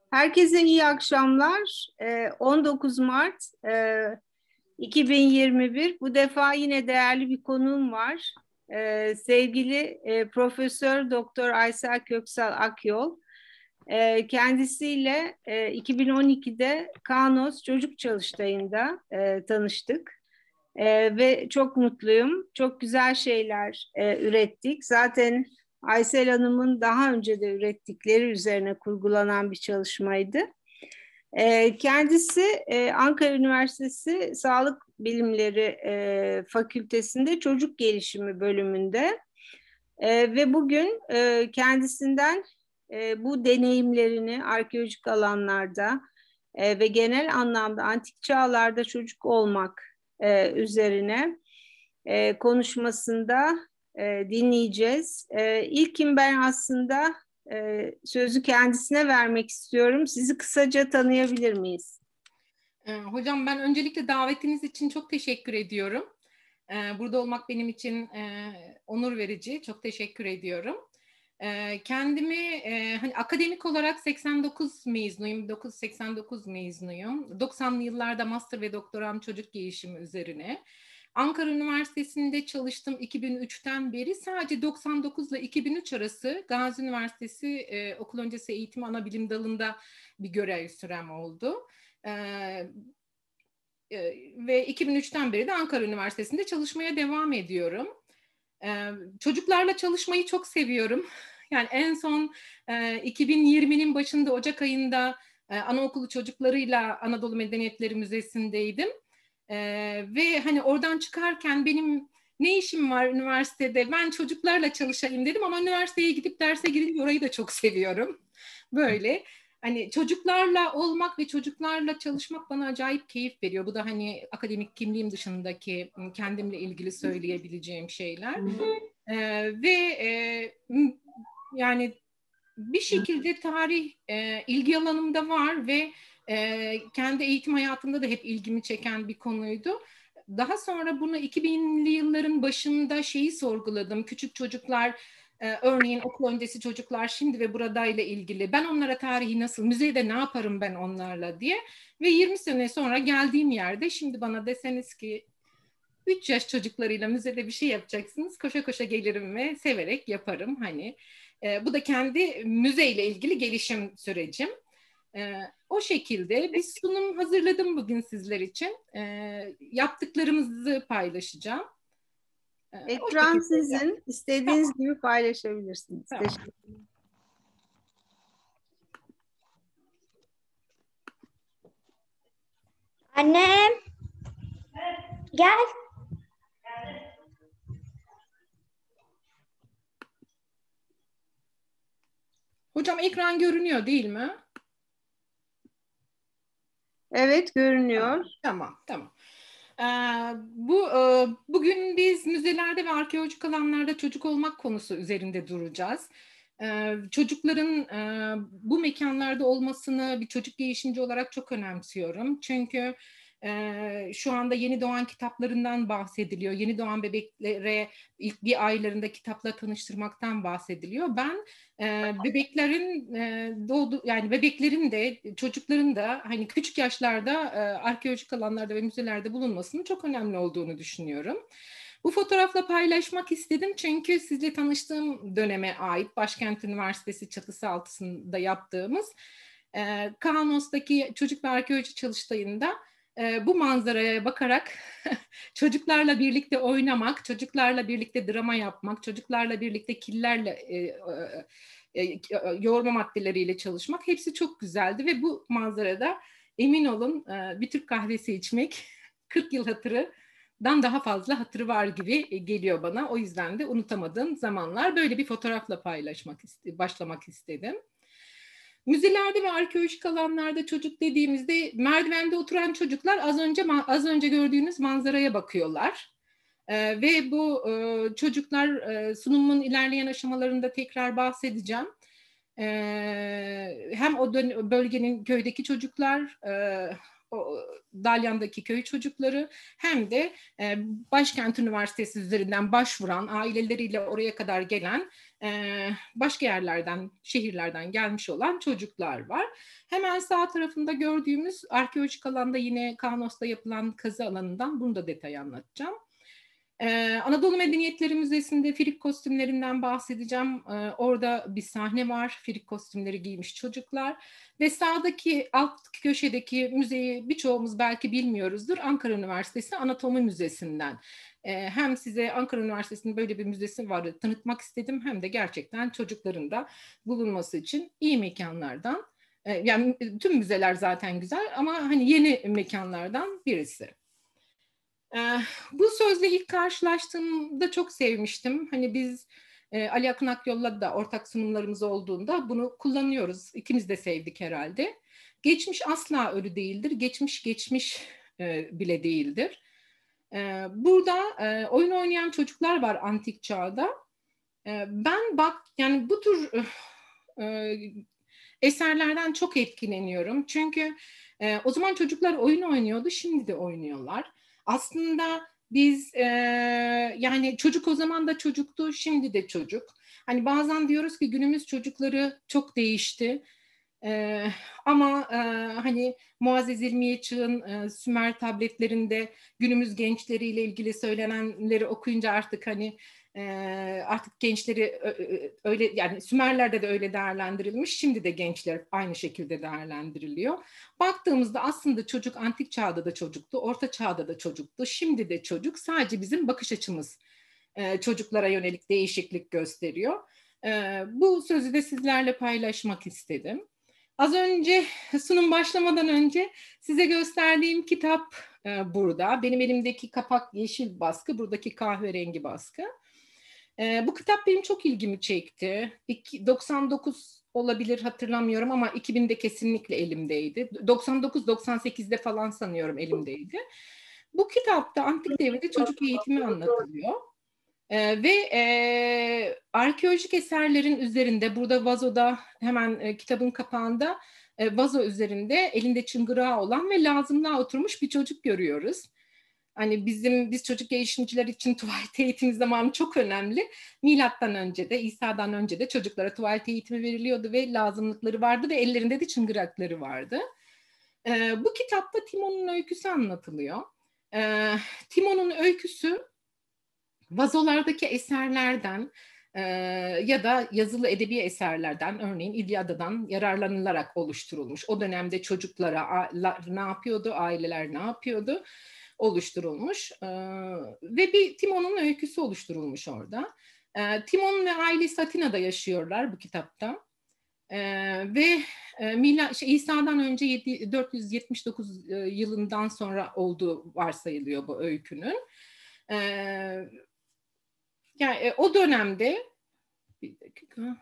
Herkese iyi akşamlar. 19 Mart 2021. Bu defa yine değerli bir konuğum var. Sevgili Profesör Doktor Aysel Köksal Akyol. Kendisiyle 2012'de Kanos Çocuk Çalıştayı'nda tanıştık. Ve çok mutluyum. Çok güzel şeyler ürettik. Zaten Aysel Hanım'ın daha önce de ürettikleri üzerine kurgulanan bir çalışmaydı. Kendisi Ankara Üniversitesi Sağlık Bilimleri Fakültesinde Çocuk Gelişimi bölümünde ve bugün kendisinden bu deneyimlerini arkeolojik alanlarda ve genel anlamda antik çağlarda çocuk olmak üzerine konuşmasında dinleyeceğiz. İlkin ben aslında sözü kendisine vermek istiyorum. Sizi kısaca tanıyabilir miyiz? Hocam ben öncelikle davetiniz için çok teşekkür ediyorum. Burada olmak benim için onur verici. Çok teşekkür ediyorum. Kendimi hani akademik olarak 89 mezunuyum, 1989 mezunuyum. 90'lı yıllarda master ve doktoram çocuk gelişimi üzerine. Ankara Üniversitesi'nde çalıştım 2003'ten beri. Sadece 99 ile 2003 arası Gazi Üniversitesi okul öncesi eğitim ana bilim dalında bir görev sürem oldu. Ve 2003'ten beri de Ankara Üniversitesi'nde çalışmaya devam ediyorum. Çocuklarla çalışmayı çok seviyorum. Yani en son 2020'nin başında Ocak ayında anaokulu çocuklarıyla Anadolu Medeniyetleri Müzesi'ndeydim. Ve hani oradan çıkarken benim ne işim var üniversitede, ben çocuklarla çalışayım dedim ama üniversiteye gidip derse girince orayı da çok seviyorum. Böyle hani çocuklarla olmak ve çocuklarla çalışmak bana acayip keyif veriyor. Bu da hani akademik kimliğim dışındaki kendimle ilgili söyleyebileceğim şeyler. Ve yani bir şekilde tarih ilgi alanımda var ve kendi eğitim hayatımda da hep ilgimi çeken bir konuydu. Daha sonra bunu 2000'li yılların başında şeyi sorguladım. Küçük çocuklar, örneğin okul öncesi çocuklar şimdi ve buradayla ilgili. Ben onlara tarihi nasıl, müzede ne yaparım ben onlarla diye. Ve 20 sene sonra geldiğim yerde şimdi bana deseniz ki 3 yaş çocuklarıyla müzede bir şey yapacaksınız. Koşa koşa gelirim ve severek yaparım. Hani bu da kendi müzeyle ilgili gelişim sürecim. O şekilde bir sunum hazırladım bugün sizler için. Yaptıklarımızı paylaşacağım. Ekran sizin. İstediğiniz gibi paylaşabilirsiniz. Tamam. Teşekkür ederim. Annem. Gel. Hocam ekran görünüyor değil mi? Evet, görünüyor. Tamam. Bugün biz müzelerde ve arkeolojik alanlarda çocuk olmak konusu üzerinde duracağız. Çocukların bu mekanlarda olmasını bir çocuk gelişimci olarak çok önemsiyorum. Çünkü şu anda yeni doğan kitaplarından bahsediliyor. Yeni doğan bebeklere ilk bir aylarında kitapla tanıştırmaktan bahsediliyor. Ben bebeklerin yani bebeklerin de çocukların da hani küçük yaşlarda arkeolojik alanlarda ve müzelerde bulunmasının çok önemli olduğunu düşünüyorum. Bu fotoğrafla paylaşmak istedim çünkü sizle tanıştığım döneme ait Başkent Üniversitesi çatısı altında yaptığımız Kaunos'taki çocuk ve arkeoloji çalıştayında bu manzaraya bakarak çocuklarla birlikte oynamak, çocuklarla birlikte drama yapmak, çocuklarla birlikte killerle yoğurma maddeleriyle çalışmak hepsi çok güzeldi ve bu manzarada emin olun bir Türk kahvesi içmek 40 yıl hatırından daha fazla hatırı var gibi geliyor bana. O yüzden de unutamadığım zamanlar böyle bir fotoğrafla başlamak istedim. Müzelerde ve arkeolojik alanlarda çocuk dediğimizde merdivende oturan çocuklar az önce gördüğünüz manzaraya bakıyorlar. Ve bu çocuklar sunumun ilerleyen aşamalarında tekrar bahsedeceğim. Hem o bölgenin köydeki çocuklar, Dalyan'daki köy çocukları hem de Başkent Üniversitesi üzerinden başvuran, aileleriyle oraya kadar gelen başka yerlerden, şehirlerden gelmiş olan çocuklar var. Hemen sağ tarafında gördüğümüz arkeolojik alanda yine Kaunos'ta yapılan kazı alanından bunu da detay anlatacağım. Anadolu Medeniyetleri Müzesi'nde Frig kostümlerinden bahsedeceğim. Orada bir sahne var. Frig kostümleri giymiş çocuklar. Ve sağdaki alt köşedeki müzeyi birçoğumuz belki bilmiyoruzdur. Ankara Üniversitesi Anatomi Müzesi'nden. Hem size Ankara Üniversitesi'nin böyle bir müzesi var tanıtmak istedim. Hem de gerçekten çocukların da bulunması için iyi mekanlardan. Yani tüm müzeler zaten güzel ama hani yeni mekanlardan birisi. Bu sözle ilk karşılaştığımda çok sevmiştim. Hani biz Ali Akın Akyol'la da ortak sunumlarımız olduğunda bunu kullanıyoruz. İkimiz de sevdik herhalde. Geçmiş asla ölü değildir. Geçmiş bile değildir. Burada oyun oynayan çocuklar var antik çağda. Yani bu tür eserlerden çok etkileniyorum. Çünkü o zaman çocuklar oyun oynuyordu, şimdi de oynuyorlar. Aslında biz yani çocuk o zaman da çocuktu, şimdi de çocuk. Hani bazen diyoruz ki günümüz çocukları çok değişti. Ama hani Muazzez İlmiye Çığ'ın Sümer tabletlerinde günümüz gençleriyle ilgili söylenenleri okuyunca artık hani artık gençleri öyle yani Sümerler'de de öyle değerlendirilmiş. Şimdi de gençler aynı şekilde değerlendiriliyor. Baktığımızda aslında çocuk antik çağda da çocuktu, orta çağda da çocuktu, şimdi de çocuk. Sadece bizim bakış açımız çocuklara yönelik değişiklik gösteriyor. Bu sözü de sizlerle paylaşmak istedim. Az önce sunum başlamadan önce size gösterdiğim kitap burada. Benim elimdeki kapak yeşil baskı, buradaki kahverengi baskı. Bu kitap benim çok ilgimi çekti. 99 olabilir hatırlamıyorum ama 2000'de kesinlikle elimdeydi. 99-98'de falan sanıyorum elimdeydi. Bu kitapta antik devirde çocuk eğitimi anlatılıyor. Arkeolojik eserlerin üzerinde burada vazoda hemen kitabın kapağında vazo üzerinde elinde çıngırağı olan ve lazımlığa oturmuş bir çocuk görüyoruz. Hani biz çocuk gelişimciler için tuvalet eğitimi zamanı çok önemli. Milattan önce de İsa'dan önce de çocuklara tuvalet eğitimi veriliyordu ve lazımlıkları vardı ve ellerinde de çıngırakları vardı. Bu kitapta Timon'un öyküsü anlatılıyor. Timon'un öyküsü vazolardaki eserlerden ya da yazılı edebi eserlerden, örneğin İlyada'dan yararlanılarak oluşturulmuş. O dönemde çocuklara ne yapıyordu, aileler ne yapıyordu oluşturulmuş. Ve bir Timon'un öyküsü oluşturulmuş orada. Timon ve ailesi Atina'da yaşıyorlar bu kitapta. İsa'dan önce 479 yılından sonra olduğu varsayılıyor bu öykünün. Yani o dönemde bir dakika.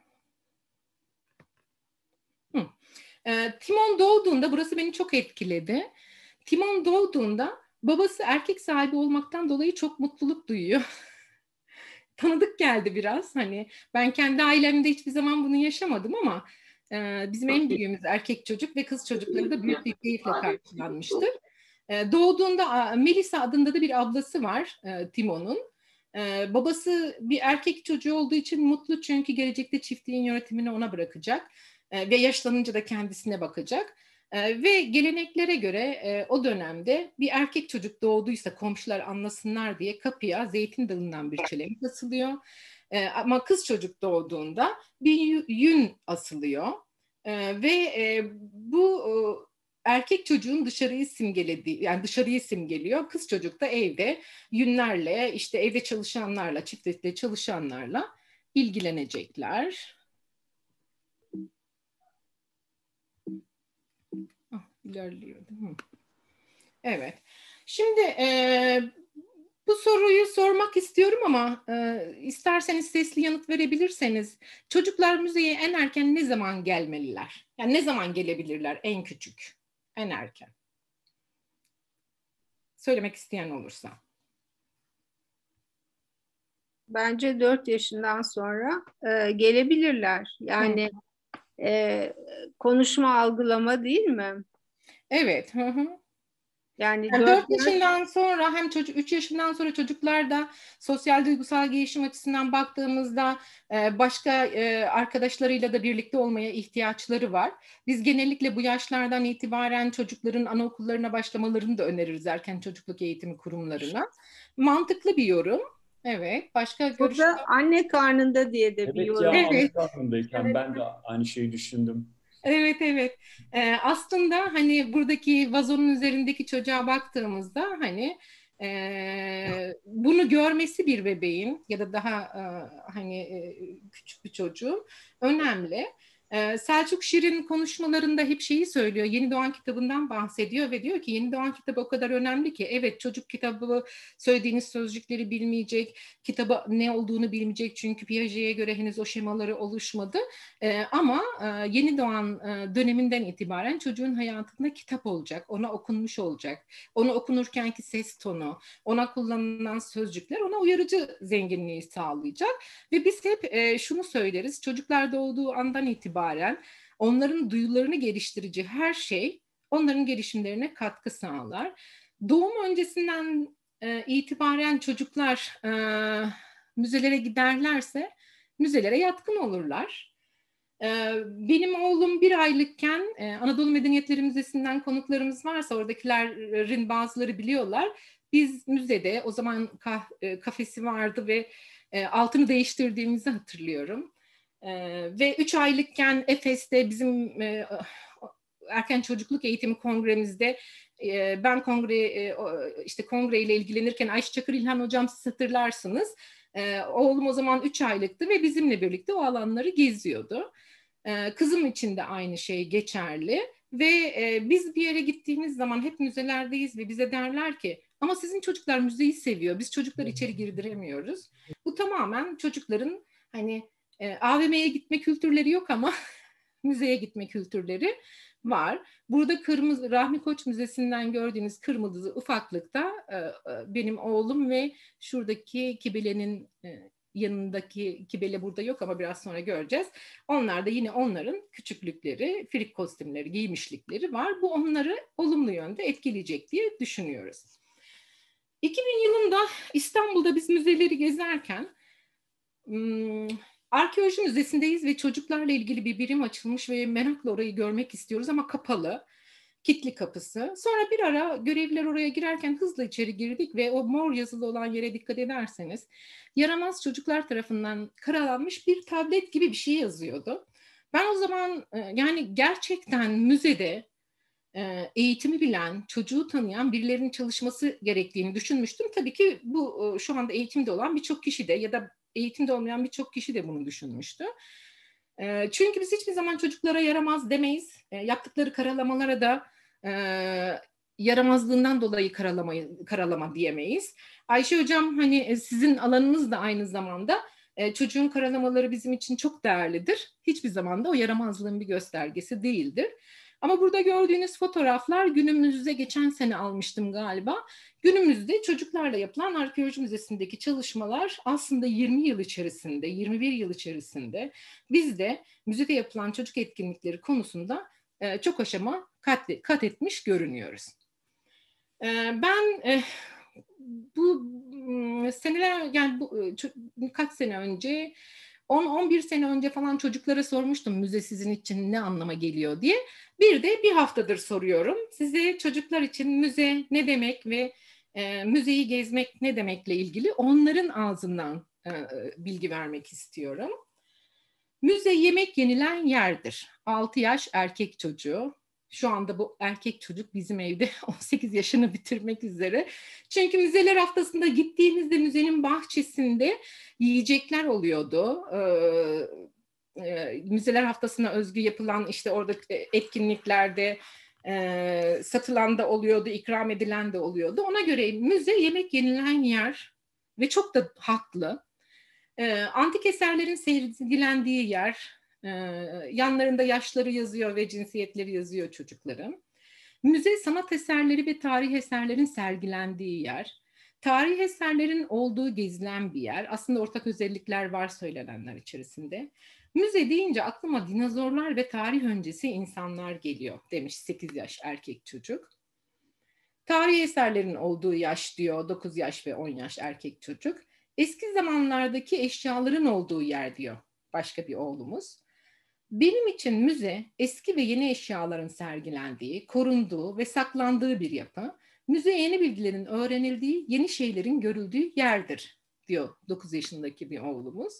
Timon doğduğunda, burası beni çok etkiledi. Timon doğduğunda babası erkek sahibi olmaktan dolayı çok mutluluk duyuyor. Tanıdık geldi biraz. Hani ben kendi ailemde hiçbir zaman bunu yaşamadım ama bizim en büyüğümüz erkek çocuk ve kız çocukları da büyük bir keyifle karşılanmıştır. Doğduğunda Melisa adında da bir ablası var Timon'un. Babası bir erkek çocuğu olduğu için mutlu çünkü gelecekte çiftliğin yönetimini ona bırakacak ve yaşlanınca da kendisine bakacak. Ve geleneklere göre o dönemde bir erkek çocuk doğduysa komşular anlasınlar diye kapıya zeytin dalından bir çelenk asılıyor. Ama kız çocuk doğduğunda bir yün asılıyor. Bu erkek çocuğun dışarıyı simgelediği, yani dışarıyı simgeliyor. Kız çocuk da evde yünlerle, işte evde çalışanlarla, çiftlikte çalışanlarla ilgilenecekler. İlerliyor değil mi? Evet. Şimdi bu soruyu sormak istiyorum ama isterseniz sesli yanıt verebilirseniz çocuklar müzeye en erken ne zaman gelmeliler? Yani ne zaman gelebilirler en küçük, en erken? Söylemek isteyen olursa. Bence 4 yaşından sonra gelebilirler. Yani konuşma algılama değil mi? Evet. Hı hı. Yani Yani 4 4 yaşından sonra hem 3 yaşından sonra çocuklarda sosyal duygusal gelişim açısından baktığımızda başka arkadaşlarıyla da birlikte olmaya ihtiyaçları var. Biz genellikle bu yaşlardan itibaren çocukların anaokullarına başlamalarını da öneririz, erken çocukluk eğitimi kurumlarına. Mantıklı bir yorum. Evet. Başka O görüşler? da anne karnında diye de bir Evet ya, yorum. anne Evet. karnındayken Evet. ben de aynı şeyi düşündüm. Evet, evet. Aslında hani buradaki vazonun üzerindeki çocuğa baktığımızda hani bunu görmesi bir bebeğin ya da daha hani küçük bir çocuğun önemli. Selçuk Şirin konuşmalarında hep şeyi söylüyor. Yeni Doğan kitabından bahsediyor ve diyor ki Yeni Doğan kitabı o kadar önemli ki, evet, çocuk kitabı söylediğiniz sözcükleri bilmeyecek, kitabı ne olduğunu bilmeyecek çünkü Piaget'e göre henüz o şemaları oluşmadı. Ama yeni doğan döneminden itibaren çocuğun hayatında kitap olacak, ona okunmuş olacak. Ona okunurkenki ses tonu, ona kullanılan sözcükler ona uyarıcı zenginliği sağlayacak. Ve biz hep şunu söyleriz, çocuklar doğduğu andan itibaren onların duyularını geliştirici her şey onların gelişimlerine katkı sağlar. Doğum öncesinden itibaren çocuklar müzelere giderlerse müzelere yatkın olurlar. Benim oğlum 1 aylıkken Anadolu Medeniyetleri Müzesi'nden konuklarımız varsa oradakilerin bazıları biliyorlar. Biz müzede o zaman kafesi vardı ve altını değiştirdiğimizi hatırlıyorum. Ve 3 aylıkken Efes'te bizim erken çocukluk eğitimi kongremizde ben işte kongreyle ilgilenirken Ayşe Çakır İlhan hocam, siz hatırlarsınız. Oğlum o zaman 3 aylıktı ve bizimle birlikte o alanları geziyordu. Kızım için de aynı şey geçerli ve biz bir yere gittiğimiz zaman hep müzelerdeyiz ve bize derler ki ama sizin çocuklar müzeyi seviyor, biz çocukları içeri girdiremiyoruz. Bu tamamen çocukların hani AVM'ye gitme kültürleri yok ama müzeye gitme kültürleri var. Burada Rahmi Koç Müzesi'nden gördüğünüz kırmızı ufaklıkta benim oğlum ve şuradaki Kibele'nin yanındaki Kibele burada yok ama biraz sonra göreceğiz. Onlar da yine onların küçüklükleri, frik kostümleri, giymişlikleri var. Bu onları olumlu yönde etkileyecek diye düşünüyoruz. 2000 yılında İstanbul'da biz müzeleri gezerken Arkeoloji Müzesi'ndeyiz ve çocuklarla ilgili bir birim açılmış ve merakla orayı görmek istiyoruz ama kapalı. Kilitli kapısı. Sonra bir ara görevliler oraya girerken hızla içeri girdik ve o mor yazılı olan yere dikkat ederseniz yaramaz çocuklar tarafından karalanmış bir tablet gibi bir şey yazıyordu. Ben o zaman yani gerçekten müzede eğitimi bilen, çocuğu tanıyan birilerinin çalışması gerektiğini düşünmüştüm. Tabii ki bu şu anda eğitimde olan birçok kişi de ya da eğitimde olmayan birçok kişi de bunu düşünmüştü. Çünkü biz hiçbir zaman çocuklara yaramaz demeyiz. Yaptıkları karalamalara da yaramazlığından dolayı karalama diyemeyiz. Ayşe hocam hani sizin alanınız da aynı zamanda çocuğun karalamaları bizim için çok değerlidir. Hiçbir zaman da o yaramazlığın bir göstergesi değildir. Ama burada gördüğünüz fotoğraflar günümüzde geçen sene almıştım galiba. Günümüzde çocuklarla yapılan Arkeoloji Müzesi'ndeki çalışmalar aslında 20 yıl içerisinde, 21 yıl içerisinde bizde müzede yapılan çocuk etkinlikleri konusunda çok aşama kat etmiş görünüyoruz. Ben bu seneler yani kaç sene önce 10-11 sene önce falan çocuklara sormuştum müze sizin için ne anlama geliyor diye. Bir haftadır soruyorum. Size çocuklar için müze ne demek ve müzeyi gezmek ne demekle ilgili onların ağzından bilgi vermek istiyorum. Müze yemek yenilen yerdir. 6 yaş erkek çocuğu. Şu anda bu erkek çocuk bizim evde 18 yaşını bitirmek üzere. Çünkü müzeler haftasında gittiğimizde müzenin bahçesinde yiyecekler oluyordu. Müzeler haftasına özgü yapılan işte orada etkinliklerde satılan da oluyordu, ikram edilen de oluyordu. Ona göre müze yemek yenilen yer ve çok da haklı. Antik eserlerin sergilendiği yer, yanlarında yaşları yazıyor ve cinsiyetleri yazıyor çocukların. Müze sanat eserleri ve tarih eserlerin sergilendiği yer. Tarih eserlerin olduğu gezilen bir yer. Aslında ortak özellikler var söylenenler içerisinde. Müze deyince aklıma dinozorlar ve tarih öncesi insanlar geliyor demiş 8 yaş erkek çocuk. Tarihi eserlerin olduğu yaş diyor, 9 yaş ve 10 yaş erkek çocuk. Eski zamanlardaki eşyaların olduğu yer diyor başka bir oğlumuz. Benim için müze eski ve yeni eşyaların sergilendiği, korunduğu ve saklandığı bir yapı. Müze yeni bilgilerin öğrenildiği, yeni şeylerin görüldüğü yerdir diyor 9 yaşındaki bir oğlumuz.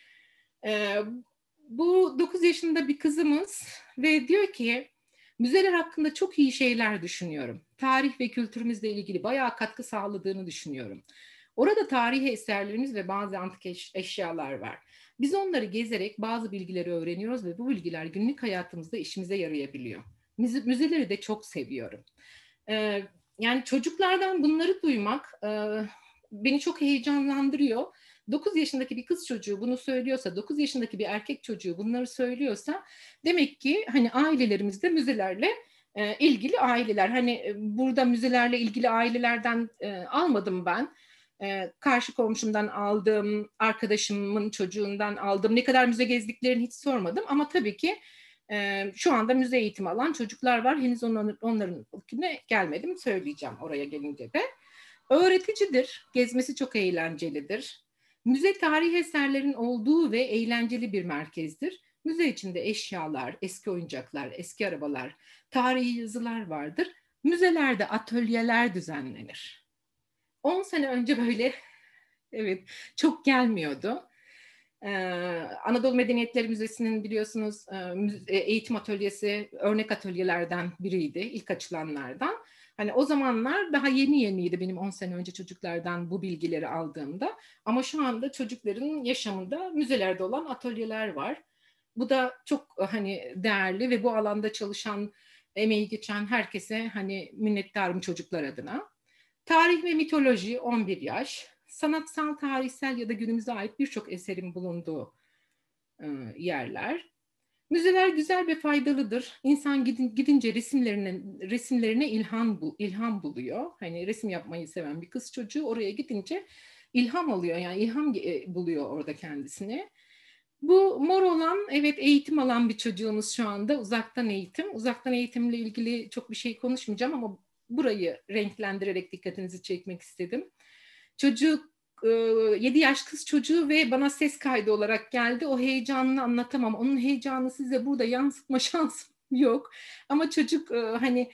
Bu 9 yaşında bir kızımız ve diyor ki müzeler hakkında çok iyi şeyler düşünüyorum. Tarih ve kültürümüzle ilgili bayağı katkı sağladığını düşünüyorum. Orada tarihi eserlerimiz ve bazı antik eşyalar var. Biz onları gezerek bazı bilgileri öğreniyoruz ve bu bilgiler günlük hayatımızda işimize yarayabiliyor. Müzeleri de çok seviyorum. Yani çocuklardan bunları duymak beni çok heyecanlandırıyor. 9 yaşındaki bir kız çocuğu bunu söylüyorsa, 9 yaşındaki bir erkek çocuğu bunları söylüyorsa demek ki hani ailelerimizde müzelerle ilgili aileler. Hani burada müzelerle ilgili ailelerden almadım ben. Karşı komşumdan aldım, arkadaşımın çocuğundan aldım. Ne kadar müze gezdiklerini hiç sormadım ama tabii ki şu anda müze eğitimi alan çocuklar var. Henüz onların ülküne gelmedim, söyleyeceğim oraya gelince de. Öğreticidir, gezmesi çok eğlencelidir. Müze tarihi eserlerin olduğu ve eğlenceli bir merkezdir. Müze içinde eşyalar, eski oyuncaklar, eski arabalar, tarihi yazılar vardır. Müzelerde atölyeler düzenlenir. 10 sene önce böyle evet çok gelmiyordu. Anadolu Medeniyetleri Müzesi'nin biliyorsunuz eğitim atölyesi örnek atölyelerden biriydi, ilk açılanlardan. Hani o zamanlar daha yeniydi benim 10 sene önce çocuklardan bu bilgileri aldığımda. Ama şu anda çocukların yaşamında müzelerde olan atölyeler var. Bu da çok hani değerli ve bu alanda çalışan, emeği geçen herkese hani minnettarım çocuklar adına. Tarih ve mitoloji 11 yaş. Sanatsal, tarihsel ya da günümüze ait birçok eserin bulunduğu yerler. Müzeler güzel ve faydalıdır. İnsan gidince resimlerine ilham buluyor. Hani resim yapmayı seven bir kız çocuğu oraya gidince ilham alıyor. Yani ilham buluyor orada kendisine. Bu mor olan, evet eğitim alan bir çocuğumuz şu anda uzaktan eğitim. Uzaktan eğitimle ilgili çok bir şey konuşmayacağım ama burayı renklendirerek dikkatinizi çekmek istedim. Çocuk 7 yaş kız çocuğu ve bana ses kaydı olarak geldi. O heyecanını anlatamam. Onun heyecanını size burada yansıtma şansım yok. Ama çocuk hani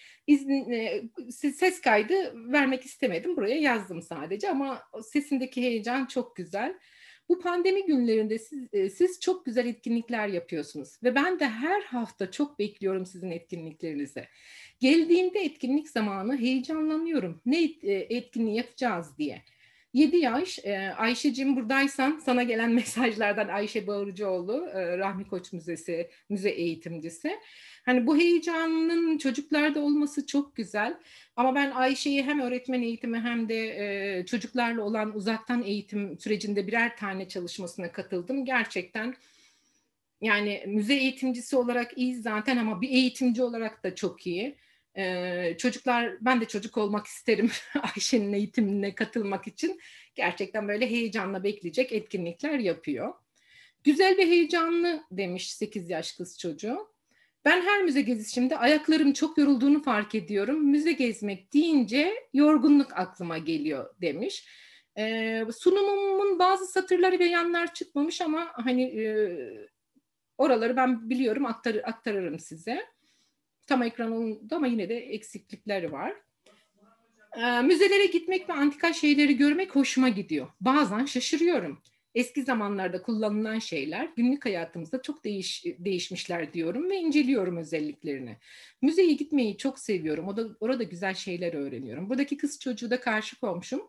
ses kaydı vermek istemedim. Buraya yazdım sadece ama sesindeki heyecan çok güzel. Bu pandemi günlerinde siz çok güzel etkinlikler yapıyorsunuz ve ben de her hafta çok bekliyorum sizin etkinliklerinizi. Geldiğinde etkinlik zamanı heyecanlanıyorum. Ne etkinliği yapacağız diye. 7 yaş, Ayşe'cim buradaysan sana gelen mesajlardan Ayşe Bağırıcıoğlu, Rahmi Koç Müzesi, müze eğitimcisi. Hani bu heyecanın çocuklarda olması çok güzel. Ama ben Ayşe'yi hem öğretmen eğitimi hem de çocuklarla olan uzaktan eğitim sürecinde birer tane çalışmasına katıldım. Gerçekten yani müze eğitimcisi olarak iyi zaten ama bir eğitimci olarak da çok iyi. Çocuklar, ben de çocuk olmak isterim Ayşe'nin eğitimine katılmak için. Gerçekten böyle heyecanla bekleyecek etkinlikler yapıyor. Güzel ve heyecanlı demiş 8 yaş kız çocuğu. Ben her müze gezişimde ayaklarım çok yorulduğunu fark ediyorum. Müze gezmek deyince yorgunluk aklıma geliyor demiş. Sunumumun bazı satırları ve yanlar çıkmamış ama hani oraları ben biliyorum aktarırım size. Tam ekranında ama yine de eksiklikleri var. Müzelere gitmek ve antika şeyleri görmek hoşuma gidiyor. Bazen şaşırıyorum. Eski zamanlarda kullanılan şeyler günlük hayatımızda çok değişmişler diyorum ve inceliyorum özelliklerini. Müzeye gitmeyi çok seviyorum. Orada güzel şeyler öğreniyorum. Buradaki kız çocuğu da karşı komşum.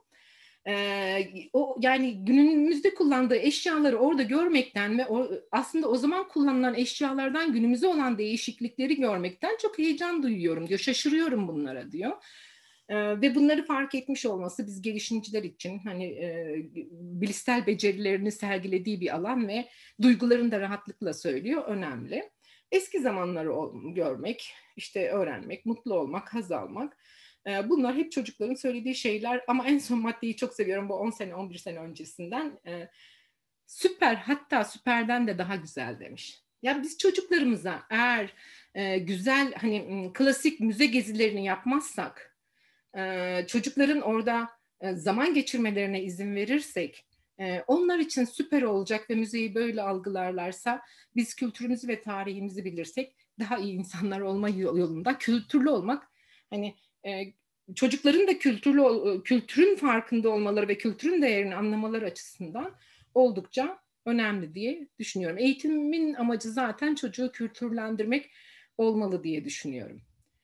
O yani günümüzde kullandığı eşyaları orada görmekten ve aslında o zaman kullanılan eşyalardan günümüze olan değişiklikleri görmekten çok heyecan duyuyorum diyor. Şaşırıyorum bunlara diyor. Ve bunları fark etmiş olması biz gelişimciler için hani bilişsel becerilerini sergilediği bir alan ve duygularını da rahatlıkla söylüyor, önemli. Eski zamanları görmek, işte öğrenmek, mutlu olmak, haz almak. Bunlar hep çocukların söylediği şeyler ama en son maddeyi çok seviyorum bu 10 sene 11 sene öncesinden. Süper, hatta süperden de daha güzel demiş. Ya biz çocuklarımıza eğer güzel hani klasik müze gezilerini yapmazsak çocukların orada zaman geçirmelerine izin verirsek, onlar için süper olacak ve müzeyi böyle algılarlarsa, biz kültürümüzü ve tarihimizi bilirsek daha iyi insanlar olma yolunda, kültürlü olmak, hani çocukların da kültürün farkında olmaları ve kültürün değerini anlamaları açısından oldukça önemli diye düşünüyorum. Eğitimin amacı zaten çocuğu kültürlendirmek olmalı diye düşünüyorum.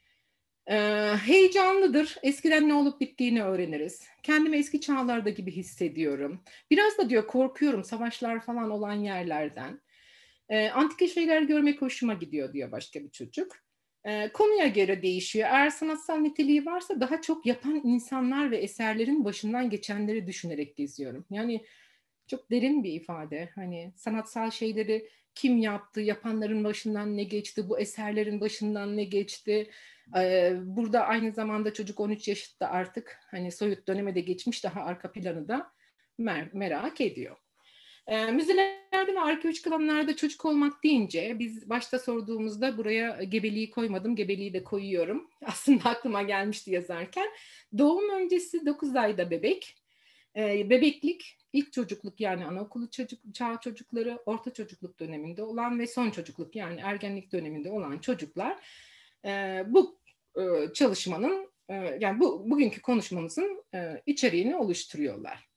Heyecanlıdır. Eskiden ne olup bittiğini öğreniriz. Kendimi eski çağlarda gibi hissediyorum. Biraz da diyor korkuyorum savaşlar falan olan yerlerden. Antika şeyler görmek hoşuma gidiyor diyor başka bir çocuk. Konuya göre değişiyor. Eğer sanatsal niteliği varsa daha çok yapan insanlar ve eserlerin başından geçenleri düşünerek geziyorum. Yani çok derin bir ifade. Hani sanatsal şeyleri kim yaptı, yapanların başından ne geçti, bu eserlerin başından ne geçti. Burada aynı zamanda çocuk 13 yaşında artık, hani soyut döneme de geçmiş, daha arka planı da merak ediyor. Müzelerde ve arkeolojik alanlarda çocuk olmak deyince biz başta sorduğumuzda buraya gebeliği koymadım, gebeliği de koyuyorum. Aslında aklıma gelmişti yazarken. Doğum öncesi 9 ayda bebek, bebeklik, ilk çocukluk yani anaokulu çağ çocukları, orta çocukluk döneminde olan ve son çocukluk yani ergenlik döneminde olan çocuklar bu çalışmanın, yani bugünkü konuşmamızın içeriğini oluşturuyorlar.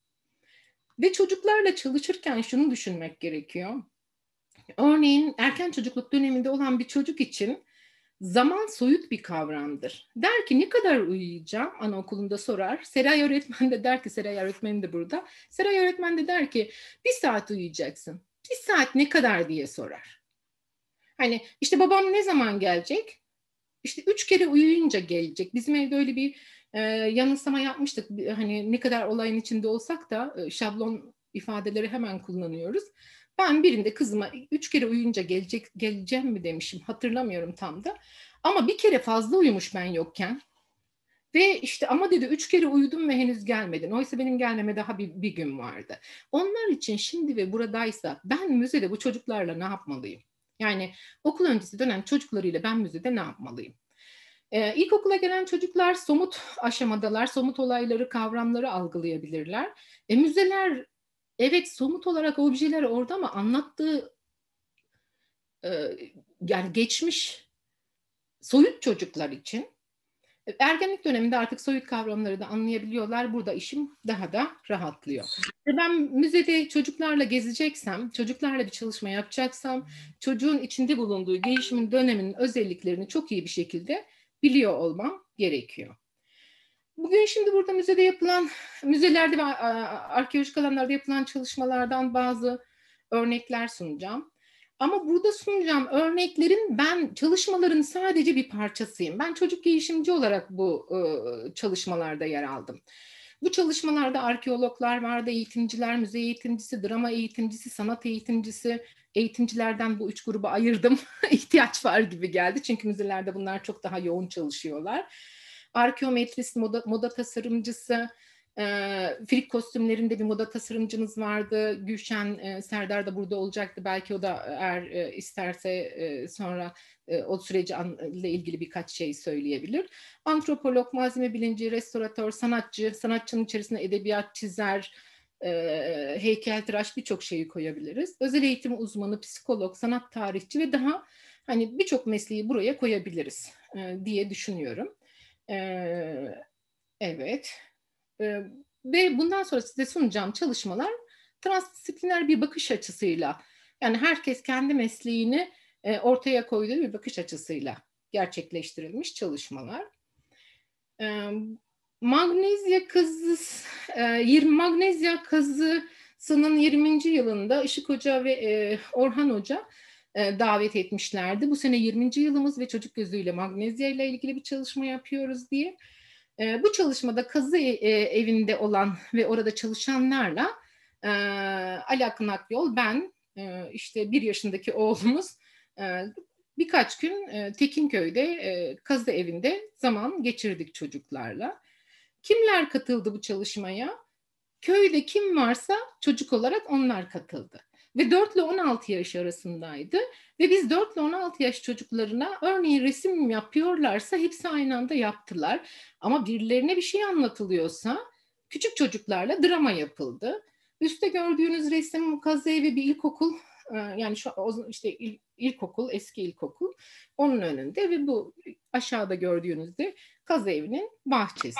Ve çocuklarla çalışırken şunu düşünmek gerekiyor. Örneğin erken çocukluk döneminde olan bir çocuk için zaman soyut bir kavramdır. Der ki ne kadar uyuyacağım? Anaokulunda sorar. Seray öğretmen de der ki, Seray öğretmeni de burada. Seray öğretmen de der ki 1 saat uyuyacaksın. 1 saat ne kadar diye sorar. Hani işte babam ne zaman gelecek? İşte 3 kere uyuyunca gelecek. Bizim evde öyle bir yanılsama yapmıştık. Hani ne kadar olayın içinde olsak da şablon ifadeleri hemen kullanıyoruz. Ben birinde kızıma 3 kere uyuyunca geleceğim mi demişim. Hatırlamıyorum tam da. Ama bir kere fazla uyumuş ben yokken. Ve işte ama dedi 3 kere uyudum ve henüz gelmedin. Oysa benim gelmeme daha bir gün vardı. Onlar için şimdi ve buradaysa ben müzede bu çocuklarla ne yapmalıyım? Yani okul öncesi dönem çocuklarıyla ben müzede ne yapmalıyım? İlkokula gelen çocuklar somut aşamadalar, somut olayları, kavramları algılayabilirler. Müzeler evet somut olarak objeler orada ama anlattığı yani geçmiş soyut çocuklar için. Ergenlik döneminde artık soyut kavramları da anlayabiliyorlar. Burada işim daha da rahatlıyor. Ben müzede çocuklarla gezeceksem, çocuklarla bir çalışma yapacaksam, çocuğun içinde bulunduğu gelişimin döneminin özelliklerini çok iyi bir şekilde biliyor olmam gerekiyor. Bugün şimdi burada müzelerde ve arkeolojik alanlarda yapılan çalışmalardan bazı örnekler sunacağım. Ama burada sunacağım örneklerin ben çalışmaların sadece bir parçasıyım. Ben çocuk gelişimci olarak bu çalışmalarda yer aldım. Bu çalışmalarda arkeologlar vardı, eğitimciler, müze eğitimcisi, drama eğitimcisi, sanat eğitimcisi, eğitimcilerden bu 3 gruba ayırdım. İhtiyaç var gibi geldi çünkü müzelerde bunlar çok daha yoğun çalışıyorlar. Arkeometrist, moda tasarımcısı, Filik kostümlerinde bir moda tasarımcımız vardı. Gülşen Serdar da burada olacaktı. Belki o da eğer isterse sonra o süreci ile ilgili birkaç şey söyleyebilir. Antropolog, malzeme bilimci, restoratör, sanatçı, sanatçının içerisine edebiyat, çizer, heykeltıraş birçok şeyi koyabiliriz. Özel eğitim uzmanı, psikolog, sanat tarihçi ve daha hani birçok mesleği buraya koyabiliriz diye düşünüyorum. Evet. Ve bundan sonra size sunacağım çalışmalar transdisipliner bir bakış açısıyla, yani herkes kendi mesleğini ortaya koyduğu bir bakış açısıyla gerçekleştirilmiş çalışmalar. Magnesia Kazısı'nın 20. yılında Işık Hoca ve Orhan Hoca davet etmişlerdi. Bu sene 20. yılımız ve çocuk gözüyle Magnesia ile ilgili bir çalışma yapıyoruz diye. Bu çalışmada kazı evinde olan ve orada çalışanlarla Ali Akın Akyol, ben, işte 1 yaşındaki oğlumuz birkaç gün Tekinköy'de kazı evinde zaman geçirdik çocuklarla. Kimler katıldı bu çalışmaya? Köyde kim varsa çocuk olarak onlar katıldı. ve 4 ile 16 yaş arasındaydı. Ve biz 4 ile 16 yaş çocuklarına örneğin resim yapıyorlarsa hepsi aynı anda yaptılar. Ama birilerine bir şey anlatılıyorsa küçük çocuklarla drama yapıldı. Üstte gördüğünüz resim Kazaevi bir ilkokul, yani şu işte ilkokul, eski ilkokul onun önünde ve bu aşağıda gördüğünüzde Kazaevi'nin bahçesi.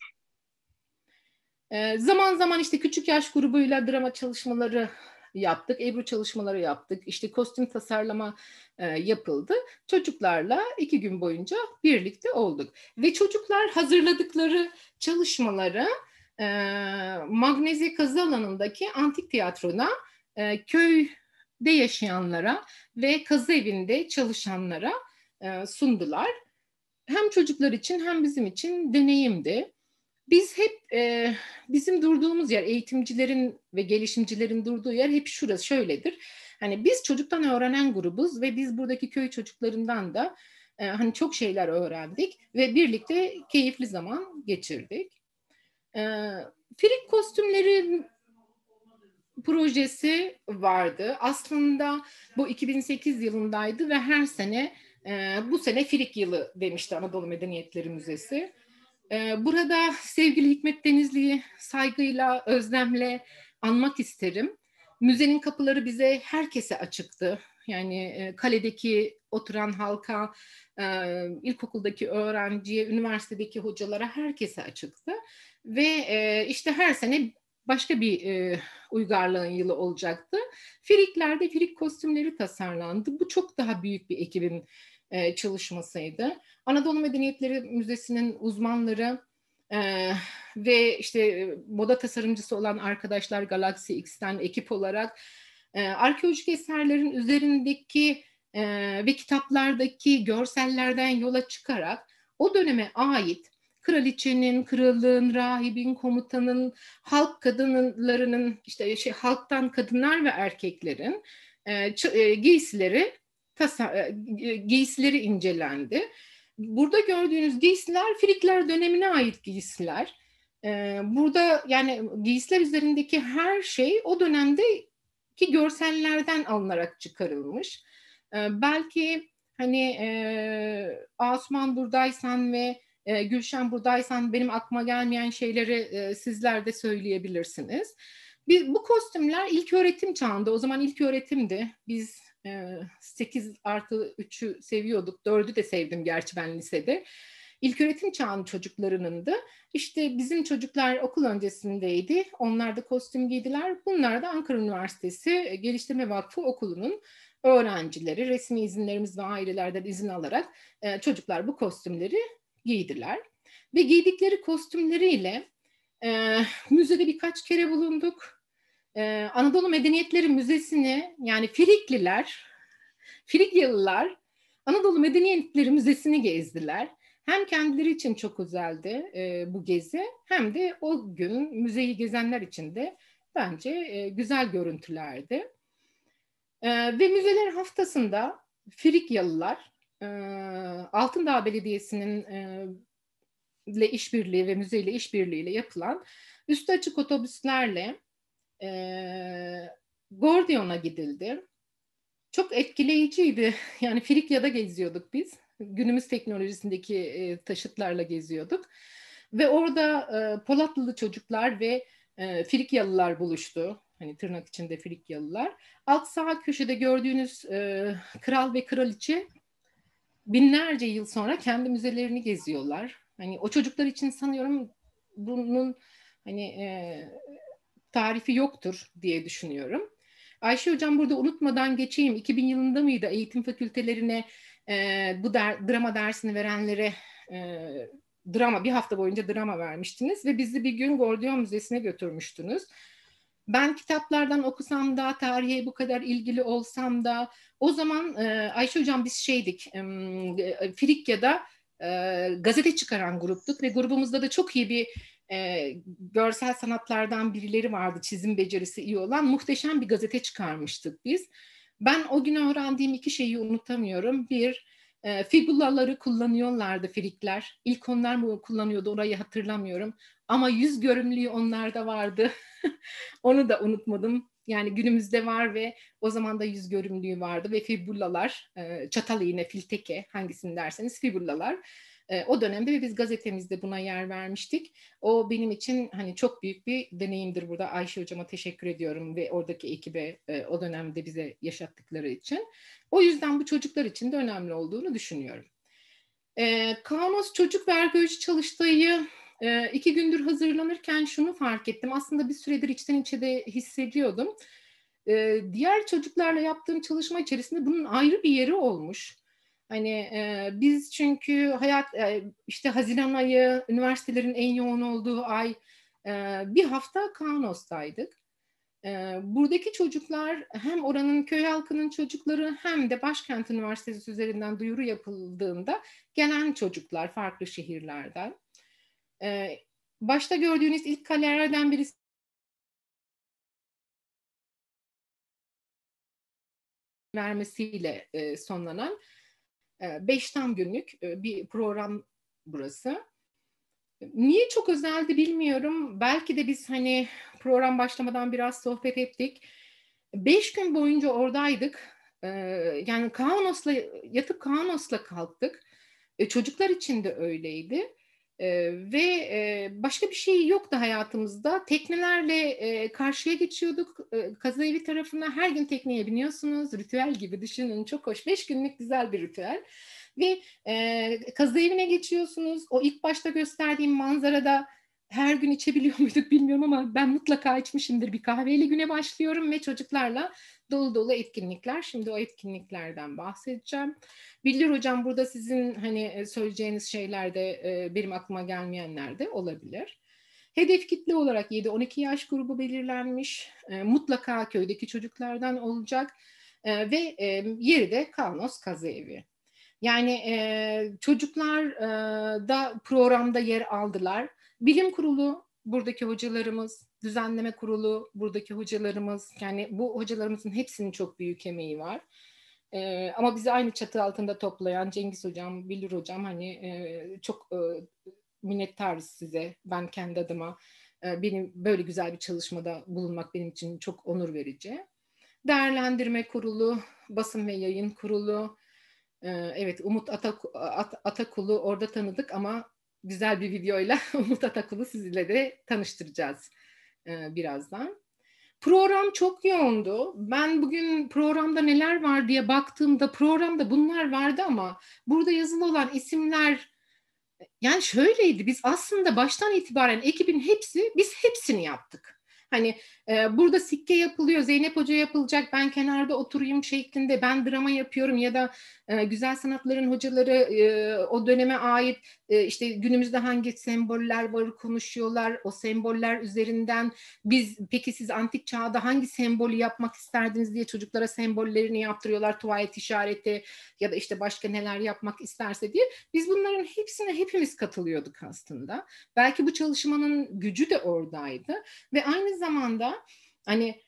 Zaman zaman işte küçük yaş grubuyla drama çalışmaları yaptık, Ebru çalışmaları yaptık, işte kostüm tasarlama yapıldı. Çocuklarla 2 gün boyunca birlikte olduk. Ve çocuklar hazırladıkları çalışmaları Magnezya Kazı Alanı'ndaki antik tiyatrona, köyde yaşayanlara ve kazı evinde çalışanlara sundular. Hem çocuklar için hem bizim için deneyimdi. Biz hep bizim durduğumuz yer, eğitimcilerin ve gelişimcilerin durduğu yer hep şurası, şöyledir. Hani biz çocuktan öğrenen grubuz ve biz buradaki köy çocuklarından da hani çok şeyler öğrendik ve birlikte keyifli zaman geçirdik. Frik kostümleri projesi vardı. Aslında bu 2008 yılındaydı ve her sene bu sene Frik yılı demişti Anadolu Medeniyetleri Müzesi. Burada sevgili Hikmet Denizli'yi saygıyla, özlemle anmak isterim. Müzenin kapıları bize, herkese açıktı. Yani kaledeki oturan halka, ilkokuldaki öğrenciye, üniversitedeki hocalara, herkese açıktı. Ve işte her sene başka bir uygarlığın yılı olacaktı. Frikler'de Frik kostümleri tasarlandı. Bu çok daha büyük bir ekibin çalışmasıydı. Anadolu Medeniyetleri Müzesi'nin uzmanları ve işte moda tasarımcısı olan arkadaşlar Galaxy X'ten ekip olarak arkeolojik eserlerin üzerindeki ve kitaplardaki görsellerden yola çıkarak o döneme ait kraliçenin, kralın, rahibin, komutanın, halk kadınlarının, işte halktan kadınlar ve erkeklerin giysileri incelendi. Burada gördüğünüz giysiler Frikler dönemine ait giysiler. Burada yani giysiler üzerindeki her şey o dönemdeki görsellerden alınarak çıkarılmış. Belki hani Asuman buradaysan ve Gülşen buradaysan benim aklıma gelmeyen şeyleri sizler de söyleyebilirsiniz. Bu kostümler ilköğretim çağında, o zaman ilköğretimdi. Biz 8+3'ü seviyorduk. 4'ü de sevdim gerçi ben lisede. İlköğretim çağının çocuklarının da işte bizim çocuklar okul öncesindeydi. Onlar da kostüm giydiler. Bunlar da Ankara Üniversitesi Geliştirme Vakfı Okulu'nun öğrencileri. Resmi izinlerimiz ve ailelerden izin alarak çocuklar bu kostümleri giydiler. Ve giydikleri kostümleriyle müzede birkaç kere bulunduk. Anadolu Medeniyetleri Müzesi'ni, yani Frikyalılar Anadolu Medeniyetleri Müzesi'ni gezdiler. Hem kendileri için çok özeldi bu gezi, hem de o gün müzeyi gezenler için de bence güzel görüntülerdi. Ve müzeler haftasında Frikyalılar Altındağ Belediyesi'nin ile işbirliği ve müzeyle işbirliğiyle yapılan üstü açık otobüslerle Gordion'a gidildi. Çok etkileyiciydi. Yani Frikya'da geziyorduk biz. Günümüz teknolojisindeki taşıtlarla geziyorduk. Ve orada Polatlılı çocuklar ve Frikyalılar buluştu. Hani tırnak içinde Frikyalılar. Alt sağ köşede gördüğünüz kral ve kraliçe binlerce yıl sonra kendi müzelerini geziyorlar. Hani o çocuklar için sanıyorum bunun hani tarifi yoktur diye düşünüyorum. Ayşe Hocam burada unutmadan geçeyim. 2000 yılında mıydı eğitim fakültelerine bu drama dersini verenlere bir hafta boyunca drama vermiştiniz ve bizi bir gün Gordiyon Müzesi'ne götürmüştünüz. Ben kitaplardan okusam da, tarihe bu kadar ilgili olsam da o zaman Ayşe Hocam biz Frikya'da gazete çıkaran gruptuk ve grubumuzda da çok iyi bir görsel sanatlardan birileri vardı, çizim becerisi iyi olan, muhteşem bir gazete çıkarmıştık biz. Ben o gün öğrendiğim 2 şeyi unutamıyorum. Bir, fibulaları kullanıyorlardı Frikler. İlk onlar mı kullanıyordu orayı hatırlamıyorum. Ama yüz görümlüğü onlarda vardı. Onu da unutmadım. Yani günümüzde var ve o zaman da yüz görümlüğü vardı ve fibulalar, çatal iğne, filteke hangisini derseniz fibulalar. O dönemde ve biz gazetemizde buna yer vermiştik. O benim için hani çok büyük bir deneyimdir. Burada Ayşe hocama teşekkür ediyorum ve oradaki ekibe o dönemde bize yaşattıkları için. O yüzden bu çocuklar için de önemli olduğunu düşünüyorum. Kaunos Çocuk ve Arkeoloji Çalıştayı 2 gündür hazırlanırken şunu fark ettim. Aslında bir süredir içten içe de hissediyordum. Diğer çocuklarla yaptığım çalışma içerisinde bunun ayrı bir yeri olmuş. Hani biz çünkü işte Haziran ayı üniversitelerin en yoğun olduğu ay, bir hafta Kaunos'taydık. Buradaki çocuklar hem oranın köy halkının çocukları hem de Başkent Üniversitesi üzerinden duyuru yapıldığında gelen çocuklar farklı şehirlerden. Başta gördüğünüz ilk kalelerden birisi vermesiyle sonlanan 5 tam günlük bir program burası. Niye çok özeldi bilmiyorum. Belki de biz hani program başlamadan biraz sohbet ettik. 5 gün boyunca oradaydık. Yani Kaunos'la yatıp Kaunos'la kalktık. Çocuklar için de öyleydi. Ve başka bir şey yoktu hayatımızda. Teknelerle karşıya geçiyorduk. Kazıevi tarafına her gün tekneye biniyorsunuz. Ritüel gibi düşünün. Çok hoş. 5 günlük güzel bir ritüel. Ve kazı evine geçiyorsunuz. O ilk başta gösterdiğim manzarada her gün içebiliyor muyduk bilmiyorum ama ben mutlaka içmişimdir. Bir kahveyle güne başlıyorum ve çocuklarla dolu dolu etkinlikler. Şimdi o etkinliklerden bahsedeceğim. Bildir hocam, burada sizin hani söyleyeceğiniz şeyler de benim aklıma gelmeyenler de olabilir. Hedef kitle olarak 7-12 yaş grubu belirlenmiş. Mutlaka köydeki çocuklardan olacak. Ve yeri de Kaunos Kazıevi. Yani çocuklar da programda yer aldılar. Bilim kurulu buradaki hocalarımız, düzenleme kurulu buradaki hocalarımız, yani bu hocalarımızın hepsinin çok büyük emeği var. Ama bizi aynı çatı altında toplayan Cengiz hocam, Bildir hocam, hani çok minnettarız size. Ben kendi adıma benim böyle güzel bir çalışmada bulunmak benim için çok onur verici. Değerlendirme kurulu, basın ve yayın kurulu. Evet, Umut Atakul'u orada tanıdık ama güzel bir videoyla Umut Atakul'u sizinle de tanıştıracağız birazdan. Program çok yoğundu. Ben bugün programda neler var diye baktığımda programda bunlar vardı ama burada yazılı olan isimler yani şöyleydi. Biz aslında baştan itibaren ekibin biz hepsini yaptık. Hani burada sikke yapılıyor, Zeynep Hoca yapılacak, ben kenarda oturayım şeklinde, ben drama yapıyorum ya da güzel sanatların hocaları o döneme ait işte günümüzde hangi semboller var konuşuyorlar, o semboller üzerinden peki siz antik çağda hangi sembolü yapmak isterdiniz diye çocuklara sembollerini yaptırıyorlar, tuvalet işareti ya da işte başka neler yapmak isterse diye. Biz bunların hepsine hepimiz katılıyorduk aslında. Belki bu çalışmanın gücü de oradaydı ve aynı zamanda hani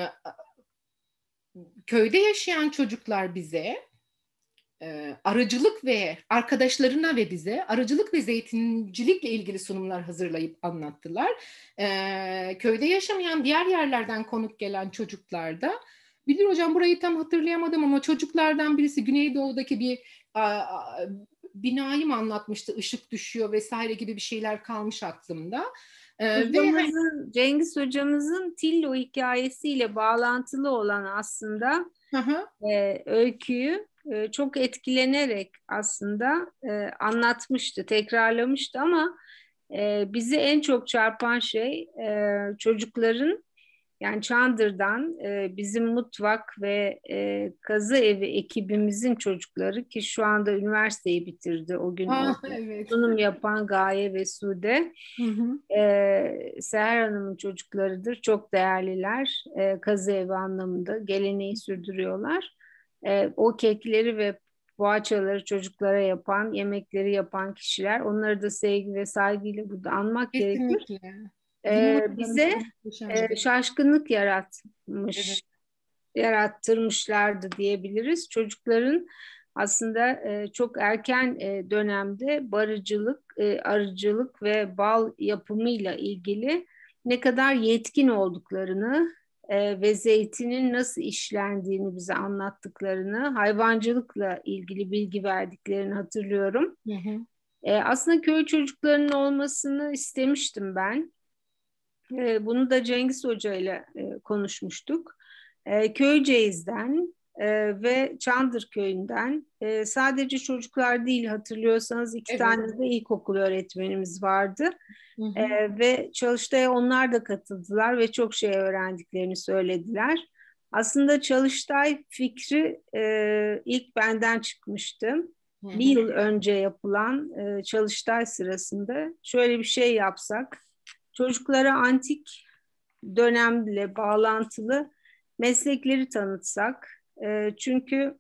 köyde yaşayan çocuklar bize arıcılık ve arkadaşlarına ve bize arıcılık ve zeytincilikle ilgili sunumlar hazırlayıp anlattılar. Köyde yaşamayan diğer yerlerden konuk gelen çocuklar da, Bilir hocam burayı tam hatırlayamadım ama çocuklardan birisi Güneydoğu'daki bir binayı mı anlatmıştı, ışık düşüyor vesaire gibi bir şeyler kalmış aklımda. Cengiz hocamızın Tillo hikayesiyle bağlantılı olan aslında öyküyü çok etkilenerek aslında anlatmıştı, tekrarlamıştı ama bizi en çok çarpan şey çocukların, yani Çandır'dan bizim mutfak ve kazı evi ekibimizin çocukları, ki şu anda üniversiteyi bitirdi o gün Evet. sunum yapan Gaye ve Sude. Hı hı. Seher Hanım'ın çocuklarıdır. Çok değerliler. Kazı evi anlamında geleneği sürdürüyorlar. O kekleri ve poğaçaları çocuklara yapan, yemekleri yapan kişiler. Onları da sevgi ve saygıyla burada anmak gerekir. Kesinlikle. Bize şaşkınlık Evet. yarattırmışlardı diyebiliriz. Çocukların aslında çok erken dönemde barıcılık, arıcılık ve bal yapımıyla ilgili ne kadar yetkin olduklarını ve zeytinin nasıl işlendiğini bize anlattıklarını, hayvancılıkla ilgili bilgi verdiklerini hatırlıyorum. Hı hı. Aslında köy çocuklarının olmasını istemiştim ben. Bunu da Cengiz Hoca ile konuşmuştuk. Köyceğiz'den ve Çandır Köyü'nden sadece çocuklar değil, hatırlıyorsanız iki Evet. tane de ilkokul öğretmenimiz vardı. Hı hı. Ve Çalıştay'a onlar da katıldılar ve çok şey öğrendiklerini söylediler. Aslında Çalıştay fikri ilk benden çıkmıştı. Hı Bir hı. yıl önce yapılan Çalıştay sırasında şöyle bir şey yapsak, çocuklara antik dönemle bağlantılı meslekleri tanıtsak. Çünkü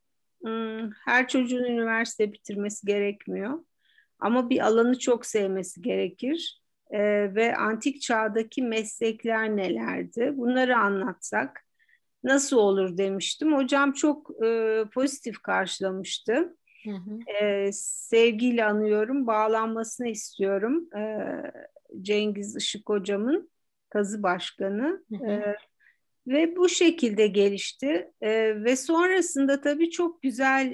her çocuğun üniversite bitirmesi gerekmiyor. Ama bir alanı çok sevmesi gerekir. Ve antik çağdaki meslekler nelerdi? Bunları anlatsak nasıl olur demiştim. Hocam çok pozitif karşılamıştı. Hı hı. Sevgiyle anıyorum, bağlanmasını istiyorum. Cengiz Işık hocamın, kazı başkanı. Hı hı. Ve bu şekilde gelişti. Ve sonrasında tabii çok güzel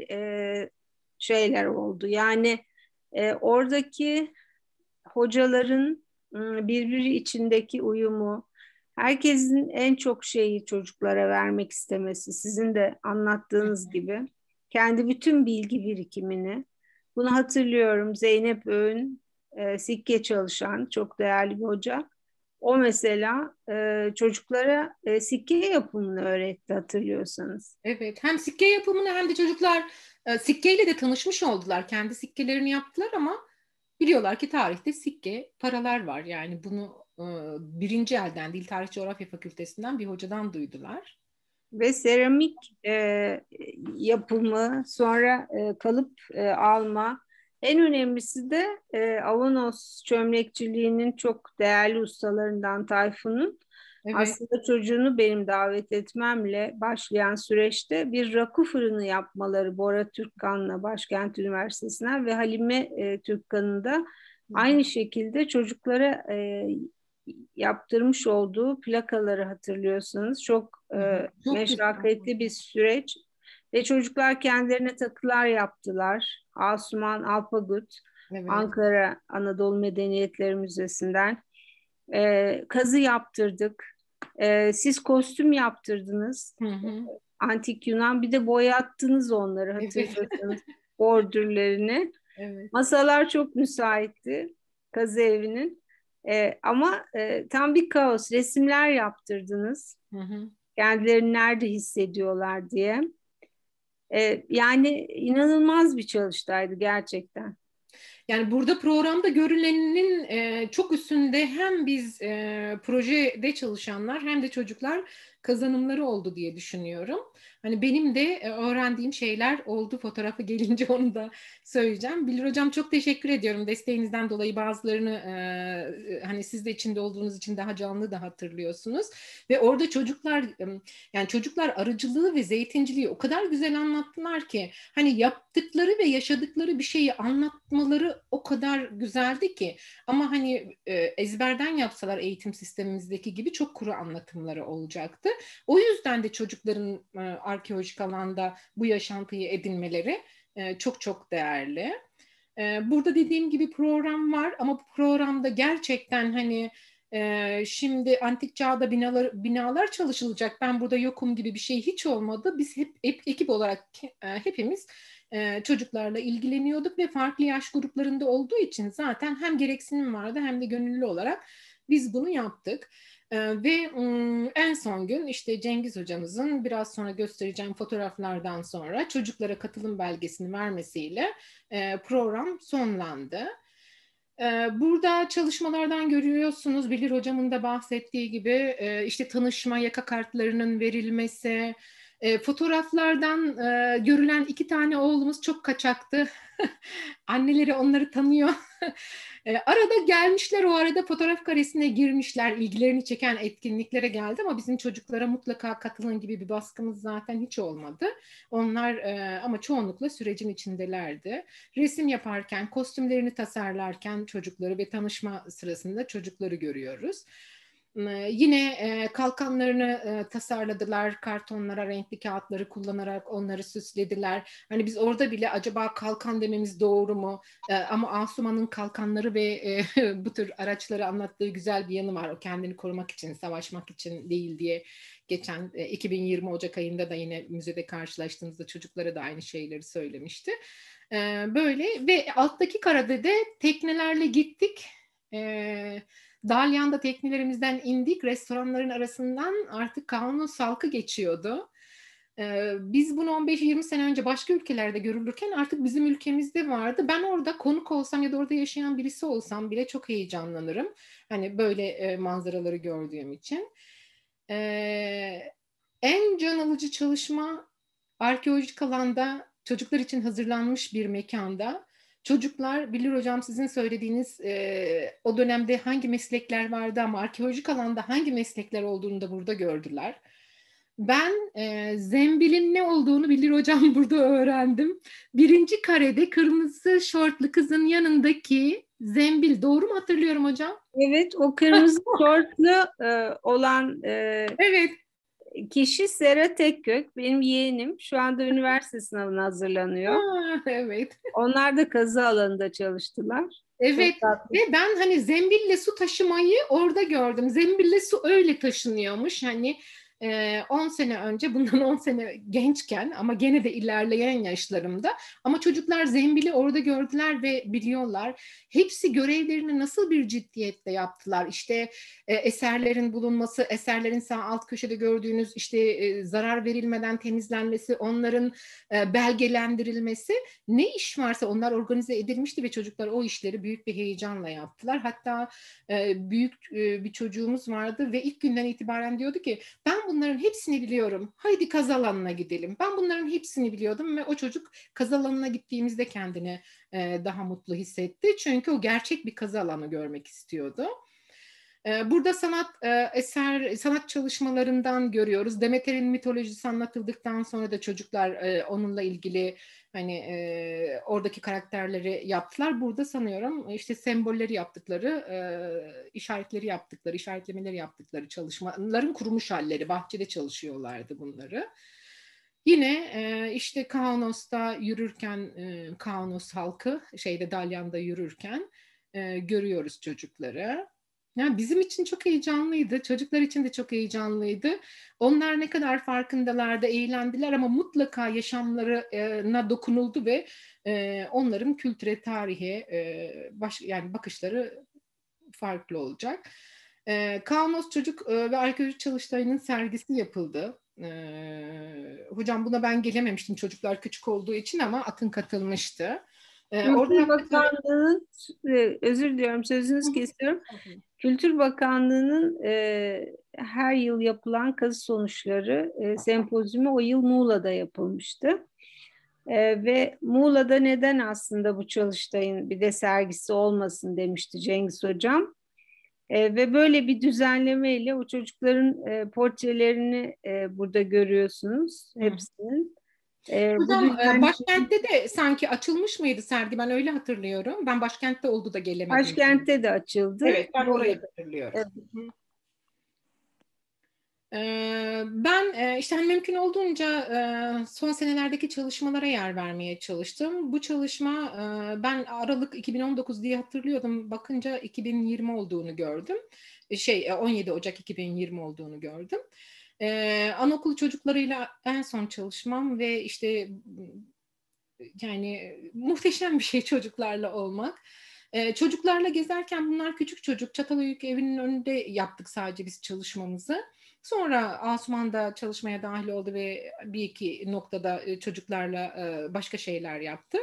şeyler oldu. Yani oradaki hocaların birbiri içindeki uyumu, herkesin en çok şeyi çocuklara vermek istemesi, sizin de anlattığınız gibi kendi bütün bilgi birikimini. Bunu hatırlıyorum. Zeynep Öğün, Sikke çalışan çok değerli bir hoca. O mesela çocuklara sikke yapımını öğretti, hatırlıyorsanız. Evet, hem sikke yapımını hem de çocuklar sikkeyle de tanışmış oldular. Kendi sikkelerini yaptılar ama biliyorlar ki tarihte sikke paralar var. Yani bunu birinci elden değil, Tarih Coğrafya Fakültesinden bir hocadan duydular. Ve seramik yapımı, sonra kalıp alma. En önemlisi de Avanos çömlekçiliğinin çok değerli ustalarından Tayfun'un Evet. aslında çocuğunu benim davet etmemle başlayan süreçte bir rakı fırını yapmaları, Bora Türkkan'la Başkent Üniversitesi'nden ve Halime Türkkan'ın da Hı hı. aynı şekilde çocuklara yaptırmış olduğu plakaları hatırlıyorsanız çok Hı hı. Çok güzel. meşakkatli bir süreç ve çocuklar kendilerine takılar yaptılar. Asuman Alpagut, Evet. Ankara Anadolu Medeniyetleri Müzesi'nden kazı yaptırdık. Siz kostüm yaptırdınız. Hı hı. Antik Yunan, bir de boyattınız onları, Evet. hatırlıyorsanız bordürlerini. Evet. Masalar çok müsaitti kazı evinin. Ama tam bir kaos. Resimler yaptırdınız. Hı hı. Kendilerini nerede hissediyorlar diye. Yani inanılmaz bir çalıştaydı gerçekten. Yani burada programda görülenin çok üstünde hem biz projede çalışanlar hem de çocuklar kazanımları oldu diye düşünüyorum. Hani benim de öğrendiğim şeyler oldu, fotoğrafı gelince onu da söyleyeceğim. Bilir Hocam, çok teşekkür ediyorum desteğinizden dolayı. Bazılarını hani siz de içinde olduğunuz için daha canlı da hatırlıyorsunuz. Ve orada çocuklar, yani çocuklar arıcılığı ve zeytinciliği o kadar güzel anlattılar ki hani yaptıkları ve yaşadıkları bir şeyi anlatmaları o kadar güzeldi ki, ama hani ezberden yapsalar eğitim sistemimizdeki gibi çok kuru anlatımları olacaktı. O yüzden de çocukların arkeolojik alanda bu yaşantıyı edinmeleri çok çok değerli. Burada dediğim gibi program var ama bu programda gerçekten hani şimdi antik çağda binalar çalışılacak, ben burada yokum gibi bir şey hiç olmadı. Biz hep ekip olarak hepimiz çocuklarla ilgileniyorduk ve farklı yaş gruplarında olduğu için zaten hem gereksinim vardı hem de gönüllü olarak biz bunu yaptık. Ve en son gün işte Cengiz hocamızın biraz sonra göstereceğim fotoğraflardan sonra çocuklara katılım belgesini vermesiyle program sonlandı. Burada çalışmalardan görüyorsunuz, Bilir hocamın da bahsettiği gibi işte tanışma yaka kartlarının verilmesi, fotoğraflardan görülen iki tane oğlumuz çok kaçaktı. Anneleri onları tanıyor. Arada gelmişler, o arada fotoğraf karesine girmişler, ilgilerini çeken etkinliklere geldi ama bizim çocuklara mutlaka katılın gibi bir baskımız zaten hiç olmadı. Onlar ama çoğunlukla sürecin içindelerdi. Resim yaparken, kostümlerini tasarlarken çocukları ve tanışma sırasında çocukları görüyoruz. Yine kalkanlarını tasarladılar, kartonlara, renkli kağıtları kullanarak onları süslediler. Hani biz orada bile acaba kalkan dememiz doğru mu? Ama Asuman'ın kalkanları ve bu tür araçları anlattığı güzel bir yanı var. O kendini korumak için, savaşmak için değil diye geçen 2020 Ocak ayında da yine müzede karşılaştığımızda çocuklara da aynı şeyleri söylemişti. Böyle ve alttaki karada da teknelerle gittik. Dalyan'da teknelerimizden indik. Restoranların arasından artık Kaunos halkı geçiyordu. Biz bunu 15-20 sene önce başka ülkelerde görülürken artık bizim ülkemizde vardı. Ben orada konuk olsam ya da orada yaşayan birisi olsam bile çok heyecanlanırım. Hani böyle manzaraları gördüğüm için. En can alıcı çalışma arkeolojik alanda çocuklar için hazırlanmış bir mekanda. Çocuklar, Bilir Hocam sizin söylediğiniz o dönemde hangi meslekler vardı ama arkeolojik alanda hangi meslekler olduğunu da burada gördüler. Ben zembilin ne olduğunu Bilir Hocam burada öğrendim. Birinci karede kırmızı şortlu kızın yanındaki zembil. Doğru mu hatırlıyorum hocam? Evet, o kırmızı şortlu olan Evet. kişi Sera Tekkök, benim yeğenim. Şu anda üniversite sınavına hazırlanıyor. Evet. Onlar da kazı alanında çalıştılar. Evet ve ben hani zembille su taşımayı orada gördüm. Zembille su öyle taşınıyormuş. Hani 10 sene önce, bundan 10 sene gençken ama gene de ilerleyen yaşlarımda. Ama çocuklar zembili orada gördüler ve biliyorlar. Hepsi görevlerini nasıl bir ciddiyetle yaptılar. İşte eserlerin bulunması, eserlerin sağ alt köşede gördüğünüz işte zarar verilmeden temizlenmesi, onların belgelendirilmesi. Ne iş varsa onlar organize edilmişti ve çocuklar o işleri büyük bir heyecanla yaptılar. Hatta büyük bir çocuğumuz vardı ve ilk günden itibaren diyordu ki ben bunların hepsini biliyorum. Haydi kazı alanına gidelim. Ben bunların hepsini biliyordum ve o çocuk kazı alanına gittiğimizde kendini daha mutlu hissetti. Çünkü o gerçek bir kazı alanı görmek istiyordu. Burada sanat çalışmalarından görüyoruz. Demeter'in mitolojisi anlatıldıktan sonra da çocuklar onunla ilgili hani oradaki karakterleri yaptılar. Burada sanıyorum işte sembolleri yaptıkları, işaretleri yaptıkları, işaretlemeleri yaptıkları çalışmaların kurumuş halleri. Bahçede çalışıyorlardı bunları. Yine işte Kaunos'ta yürürken, Kaunos halkı şeyde Dalyan'da yürürken görüyoruz çocukları. Yani bizim için çok heyecanlıydı. Çocuklar için de çok heyecanlıydı. Onlar ne kadar farkındalardı, eğlendiler ama mutlaka yaşamlarına dokunuldu ve onların kültüre, tarihe yani bakışları farklı olacak. Kaunos Çocuk ve Arkeoloji Çalıştayı'nın sergisi yapıldı. Hocam buna ben gelememiştim çocuklar küçük olduğu için ama Akın katılmıştı. Kültür Bakanlığı'nın, özür diliyorum sözünüzü kesiyorum. Kültür Bakanlığı'nın her yıl yapılan kazı sonuçları sempozyumu o yıl Muğla'da yapılmıştı. Ve Muğla'da neden aslında bu çalıştayın bir de sergisi olmasın demişti Cengiz Hocam. Ve böyle bir düzenlemeyle o çocukların portrelerini burada görüyorsunuz hepsinin. Hocam başkentte de sanki açılmış mıydı sergi? Ben öyle hatırlıyorum. Ben başkentte oldu da gelemedim. Başkentte de açıldı. Evet, ben orayı hatırlıyorum. Evet. Ben işte hani mümkün olduğunca son senelerdeki çalışmalara yer vermeye çalıştım. Bu çalışma ben Aralık 2019 diye hatırlıyordum. Bakınca 2020 olduğunu gördüm. 17 Ocak 2020 olduğunu gördüm. Anaokulu çocuklarıyla en son çalışmam ve işte yani muhteşem bir şey çocuklarla olmak. Çocuklarla gezerken bunlar küçük çocuk. Çatalhöyük evinin önünde yaptık sadece biz çalışmamızı. Sonra Asuman da çalışmaya dahil oldu ve bir iki noktada çocuklarla başka şeyler yaptı.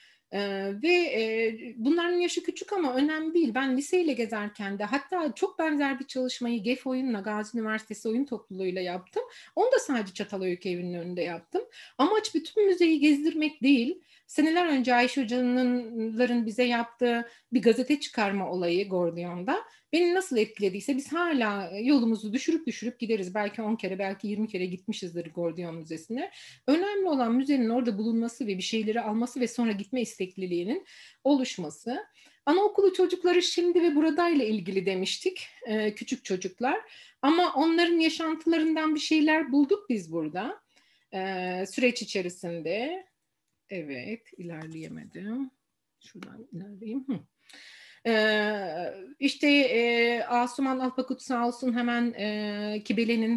Ve bunların yaşı küçük ama önemli değil. Ben liseyle gezerken de hatta çok benzer bir çalışmayı GEF Oyun'la Gazi Üniversitesi Oyun Topluluğu'yla yaptım. Onu da sadece Çatalhöyük evinin önünde yaptım. Amaç bütün müzeyi gezdirmek değil. Seneler önce Ayşe Hoca'nın bize yaptığı bir gazete çıkarma olayı Gordion'da beni nasıl etkilediyse biz hala yolumuzu düşürüp gideriz. Belki 10 kere, belki 20 kere gitmişizdir Gordion Müzesi'ne. Önemli olan müzenin orada bulunması ve bir şeyleri alması ve sonra gitme istekliliğinin oluşması. Anaokulu çocukları şimdi ve buradayla ilgili demiştik, küçük çocuklar. Ama onların yaşantılarından bir şeyler bulduk biz burada. Süreç içerisinde. Evet, ilerleyemedim. Şuradan ilerleyeyim. İşte Asuman Alpakut sağ olsun hemen Kibele'nin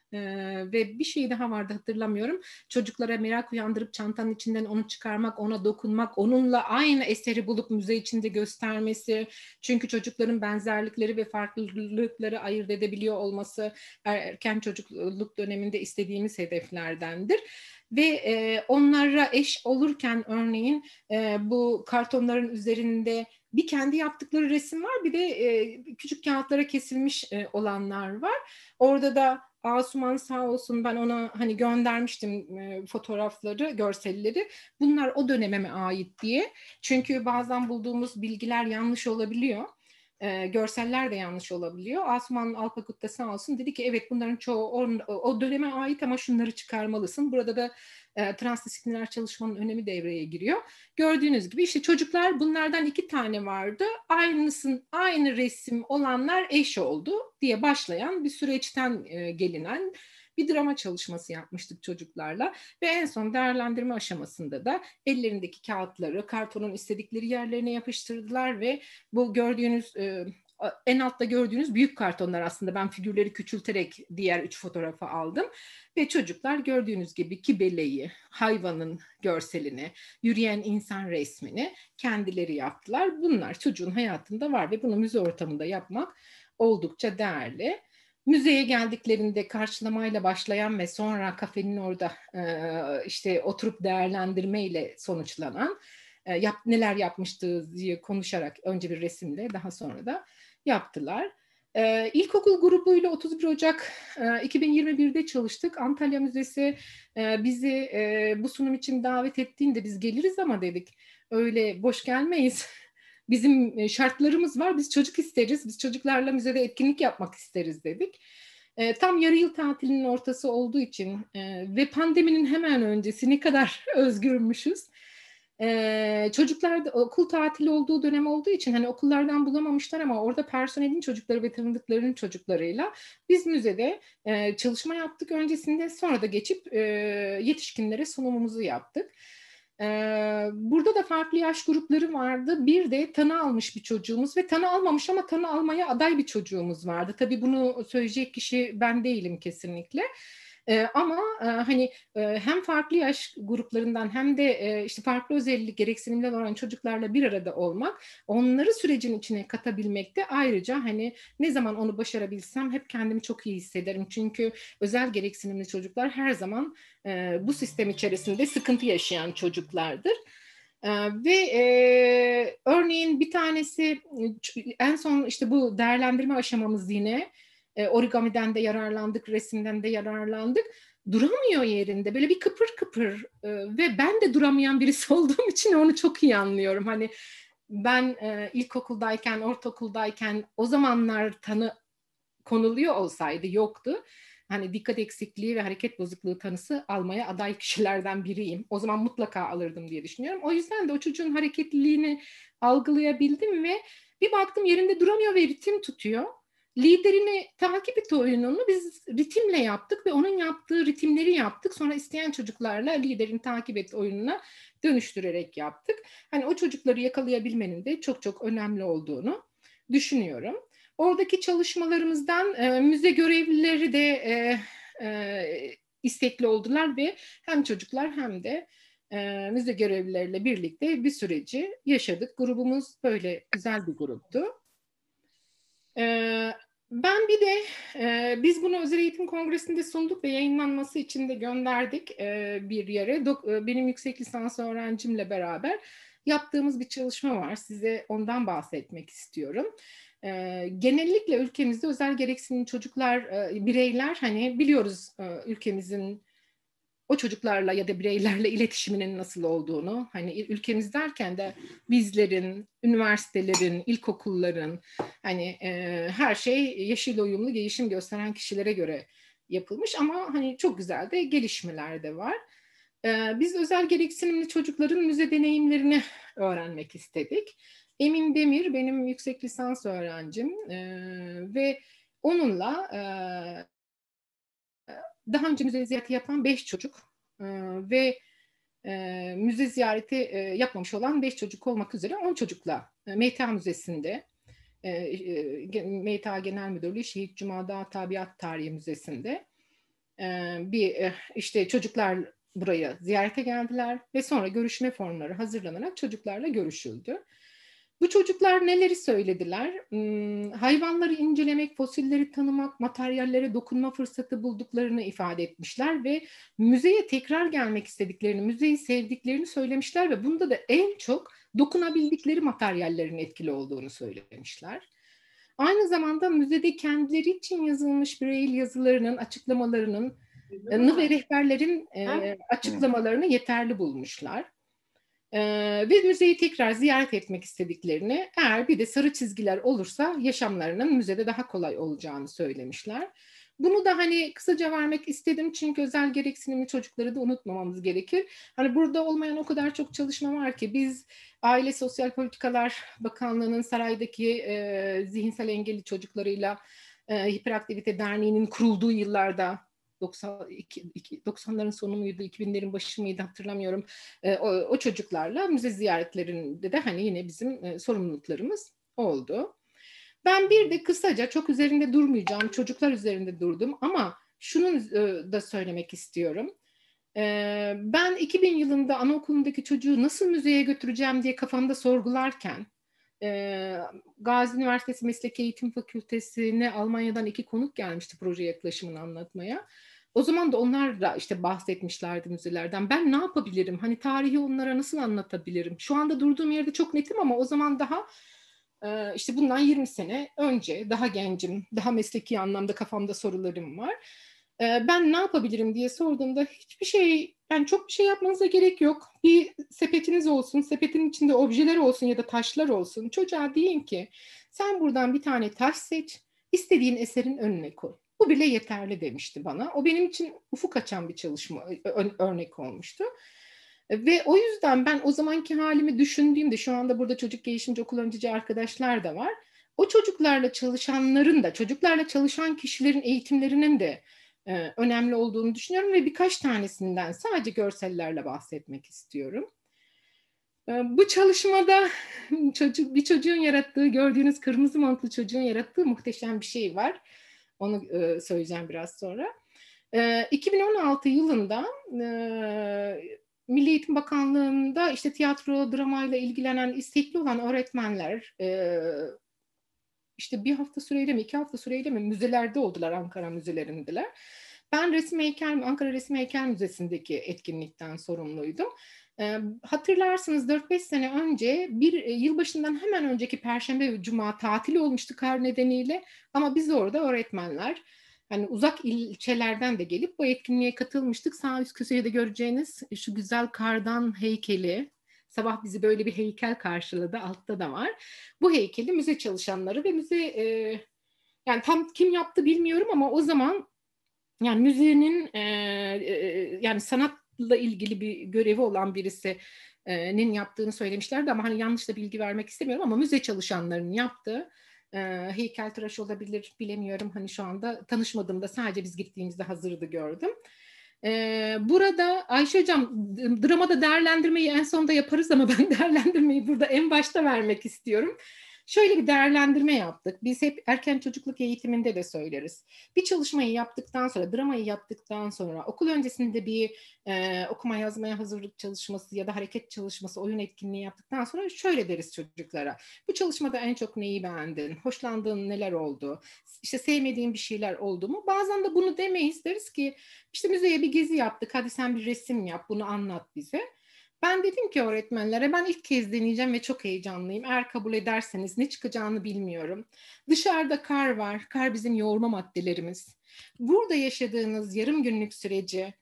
ve bir şey daha vardı hatırlamıyorum. Çocuklara merak uyandırıp çantanın içinden onu çıkarmak, ona dokunmak, onunla aynı eseri bulup müze içinde göstermesi. Çünkü çocukların benzerlikleri ve farklılıkları ayırt edebiliyor olması erken çocukluk döneminde istediğimiz hedeflerdendir. Ve onlara eş olurken örneğin bu kartonların üzerinde bir kendi yaptıkları resim var, bir de küçük kağıtlara kesilmiş olanlar var. Orada da Asuman sağ olsun, ben ona hani göndermiştim fotoğrafları, görselleri. Bunlar o döneme mi ait diye. Çünkü bazen bulduğumuz bilgiler yanlış olabiliyor. Görseller de yanlış olabiliyor. Asuman Alpakut da sağ olsun dedi ki evet, bunların çoğu o döneme ait ama şunları çıkarmalısın. Burada da transdisipliner çalışmanın önemi devreye giriyor. Gördüğünüz gibi işte çocuklar, bunlardan 2 tane vardı. Aynı resim olanlar eş oldu diye başlayan bir süreçten gelinen bir drama çalışması yapmıştık çocuklarla ve en son değerlendirme aşamasında da ellerindeki kağıtları kartonun istedikleri yerlerine yapıştırdılar ve bu gördüğünüz en altta gördüğünüz büyük kartonlar, aslında ben figürleri küçülterek diğer 3 fotoğrafı aldım ve çocuklar gördüğünüz gibi Kibele'yi, hayvanın görselini, yürüyen insan resmini kendileri yaptılar. Bunlar çocuğun hayatında var ve bunu müze ortamında yapmak oldukça değerli. Müzeye geldiklerinde karşılamayla başlayan ve sonra kafenin orada işte oturup değerlendirmeyle sonuçlanan, neler yapmıştığı diye konuşarak önce bir resimle daha sonra da yaptılar. İlkokul grubuyla 31 Ocak 2021'de çalıştık. Antalya Müzesi bizi bu sunum için davet ettiğinde biz geliriz ama dedik öyle boş gelmeyiz. Bizim şartlarımız var, biz çocuk isteriz, biz çocuklarla müzede etkinlik yapmak isteriz dedik. Tam yarı yıl tatilinin ortası olduğu için ve pandeminin hemen öncesi, ne kadar özgürmüşüz. Çocuklar da okul tatili olduğu dönem olduğu için hani okullardan bulamamışlar ama orada personelin çocukları ve tanıdıklarının çocuklarıyla biz müzede çalışma yaptık öncesinde, sonra da geçip yetişkinlere sunumumuzu yaptık. Burada da farklı yaş grupları vardı. Bir de tanı almış bir çocuğumuz ve tanı almamış ama tanı almaya aday bir çocuğumuz vardı. Tabii bunu söyleyecek kişi ben değilim kesinlikle. Ama hani hem farklı yaş gruplarından hem de işte farklı özellik gereksinimler olan çocuklarla bir arada olmak, onları sürecin içine katabilmek de ayrıca hani ne zaman onu başarabilsem hep kendimi çok iyi hissederim. Çünkü özel gereksinimli çocuklar her zaman bu sistem içerisinde sıkıntı yaşayan çocuklardır. Ve örneğin bir tanesi en son işte bu değerlendirme aşamamız yine origamiden de yararlandık, resimden de yararlandık. Duramıyor yerinde, böyle bir kıpır kıpır ve ben de duramayan birisi olduğum için onu çok iyi anlıyorum. Hani ben ilkokuldayken, ortaokuldayken o zamanlar tanı konuluyor olsaydı, yoktu. Hani dikkat eksikliği ve hareket bozukluğu tanısı almaya aday kişilerden biriyim. O zaman mutlaka alırdım diye düşünüyorum. O yüzden de o çocuğun hareketliliğini algılayabildim ve bir baktım yerinde duramıyor ve ritim tutuyor. Liderini takip et oyununu biz ritimle yaptık ve onun yaptığı ritimleri yaptık. Sonra isteyen çocuklarla liderini takip et oyununa dönüştürerek yaptık. Hani o çocukları yakalayabilmenin de çok çok önemli olduğunu düşünüyorum. Oradaki çalışmalarımızdan müze görevlileri de istekli oldular ve hem çocuklar hem de müze görevlileriyle birlikte bir süreci yaşadık. Grubumuz böyle güzel bir gruptu. Ben bir de biz bunu Özel Eğitim Kongresi'nde sunduk ve yayınlanması için de gönderdik bir yere. Benim yüksek lisans öğrencimle beraber yaptığımız bir çalışma var. Size ondan bahsetmek istiyorum. Genellikle ülkemizde özel gereksinimli çocuklar, bireyler, hani biliyoruz ülkemizin o çocuklarla ya da bireylerle iletişiminin nasıl olduğunu. Hani ülkemiz derken de bizlerin, üniversitelerin, ilkokulların, hani her şey yeşil uyumlu gelişim gösteren kişilere göre yapılmış ama hani çok güzel de gelişmeler de var. Biz özel gereksinimli çocukların müze deneyimlerini öğrenmek istedik. Emin Demir benim yüksek lisans öğrencim ve onunla daha önce müze ziyareti yapan 5 çocuk ve müze ziyareti yapmamış olan 5 çocuk olmak üzere 10 çocukla MTA Müzesi'nde, MTA Genel Müdürlüğü Şehit Cuma'da Tabiat Tarihi Müzesi'nde işte çocuklar buraya ziyarete geldiler ve sonra görüşme formları hazırlanarak çocuklarla görüşüldü. Bu çocuklar neleri söylediler? Hayvanları incelemek, fosilleri tanımak, materyallere dokunma fırsatı bulduklarını ifade etmişler ve müzeye tekrar gelmek istediklerini, müzeyi sevdiklerini söylemişler ve bunda da en çok dokunabildikleri materyallerin etkili olduğunu söylemişler. Aynı zamanda müzede kendileri için yazılmış Braille yazılarının açıklamalarının ve rehberlerin açıklamalarını yeterli bulmuşlar. Ve müzeyi tekrar ziyaret etmek istediklerini, eğer bir de sarı çizgiler olursa yaşamlarının müzede daha kolay olacağını söylemişler. Bunu da hani kısaca vermek istedim çünkü özel gereksinimli çocukları da unutmamamız gerekir. Hani burada olmayan o kadar çok çalışma var ki biz Aile Sosyal Politikalar Bakanlığı'nın saraydaki zihinsel engelli çocuklarıyla Hiperaktivite Derneği'nin kurulduğu yıllarda 90'ların sonu muydu, 2000'lerin başı mıydı hatırlamıyorum. O çocuklarla müze ziyaretlerinde de hani yine bizim sorumluluklarımız oldu. Ben bir de kısaca çok üzerinde durmayacağım, çocuklar üzerinde durdum ama şunu da söylemek istiyorum. Ben 2000 yılında anaokulundaki çocuğu nasıl müzeye götüreceğim diye kafamda sorgularken Gazi Üniversitesi Mesleki Eğitim Fakültesi'ne Almanya'dan 2 konuk gelmişti proje yaklaşımını anlatmaya. O zaman da onlar da işte bahsetmişlerdi müzelerden. Ben ne yapabilirim? Hani tarihi onlara nasıl anlatabilirim? Şu anda durduğum yerde çok netim ama o zaman daha işte bundan 20 sene önce daha gencim, daha mesleki anlamda kafamda sorularım var. Ben ne yapabilirim diye sorduğumda hiçbir şey, yani çok bir şey yapmanıza gerek yok. Bir sepetiniz olsun, sepetin içinde objeler olsun ya da taşlar olsun. Çocuğa deyin ki sen buradan bir tane taş seç, istediğin eserin önüne koy. Bu bile yeterli demişti bana. O benim için ufuk açan bir çalışma, örnek olmuştu. Ve o yüzden ben o zamanki halimi düşündüğümde, şu anda burada çocuk gelişimci okul öncesi arkadaşlar da var. O çocuklarla çalışanların da, çocuklarla çalışan kişilerin eğitimlerinin de önemli olduğunu düşünüyorum ve birkaç tanesinden sadece görsellerle bahsetmek istiyorum. Bu çalışmada bir çocuğun yarattığı, gördüğünüz kırmızı montlu çocuğun yarattığı muhteşem bir şey var. Onu söyleyeceğim biraz sonra. 2016 yılında Milli Eğitim Bakanlığı'nda işte tiyatro, dramayla ilgilenen, istekli olan öğretmenler işte 1 hafta süreyle mi, 2 hafta süreyle mi müzelerde oldular, Ankara müzelerindeler. Ben Ankara Resim Heykel Müzesi'ndeki etkinlikten sorumluydum. Hatırlarsınız 4-5 sene önce yılbaşından hemen önceki Perşembe ve Cuma tatil olmuştu kar nedeniyle ama biz orada öğretmenler hani uzak ilçelerden de gelip bu etkinliğe katılmıştık. Sağ üst köşede göreceğiniz şu güzel kardan heykeli, sabah bizi böyle bir heykel karşıladı, altta da var. Bu heykeli müze çalışanları ve müze yani tam kim yaptı bilmiyorum ama o zaman yani müzenin yani sanatla ilgili bir görevi olan birisinin yaptığını söylemişlerdi ama hani yanlış da bilgi vermek istemiyorum ama müze çalışanlarının yaptığı heykeltıraş olabilir bilemiyorum. Hani şu anda tanışmadığımda sadece biz gittiğimizde hazırdı gördüm. Burada Ayşe Hocam dramada değerlendirmeyi en sonda yaparız ama ben değerlendirmeyi burada en başta vermek istiyorum. Şöyle bir değerlendirme yaptık. Biz hep erken çocukluk eğitiminde de söyleriz. Bir çalışmayı yaptıktan sonra, dramayı yaptıktan sonra, okul öncesinde bir okuma yazmaya hazırlık çalışması ya da hareket çalışması, oyun etkinliği yaptıktan sonra şöyle deriz çocuklara. Bu çalışmada en çok neyi beğendin? Hoşlandığın neler oldu? İşte sevmediğin bir şeyler oldu mu? Bazen de bunu demeyiz. Deriz ki işte müzeye bir gezi yaptık. Hadi sen bir resim yap, bunu anlat bize. Ben dedim ki öğretmenlere ben ilk kez deneyeceğim ve çok heyecanlıyım. Eğer kabul ederseniz ne çıkacağını bilmiyorum. Dışarıda kar var. Kar bizim yoğurma maddelerimiz. Burada yaşadığınız yarım günlük süreci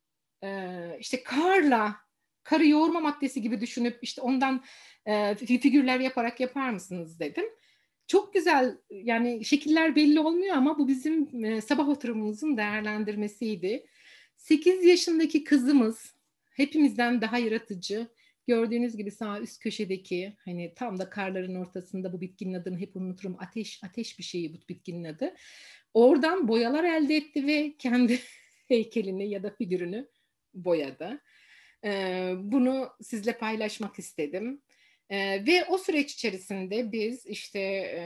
işte karı yoğurma maddesi gibi düşünüp işte ondan figürler yaparak yapar mısınız dedim. Çok güzel, yani şekiller belli olmuyor ama bu bizim sabah oturumumuzun değerlendirmesiydi. 8 yaşındaki kızımız hepimizden daha yaratıcı, Gördüğünüz gibi sağ üst köşedeki, hani tam da karların ortasında, bu bitkinin adını hep unuturum. Ateş bir şeyi bu bitkinin adı. Oradan boyalar elde etti ve kendi heykelini ya da figürünü boyadı. Bunu sizle paylaşmak istedim. Ve o süreç içerisinde biz işte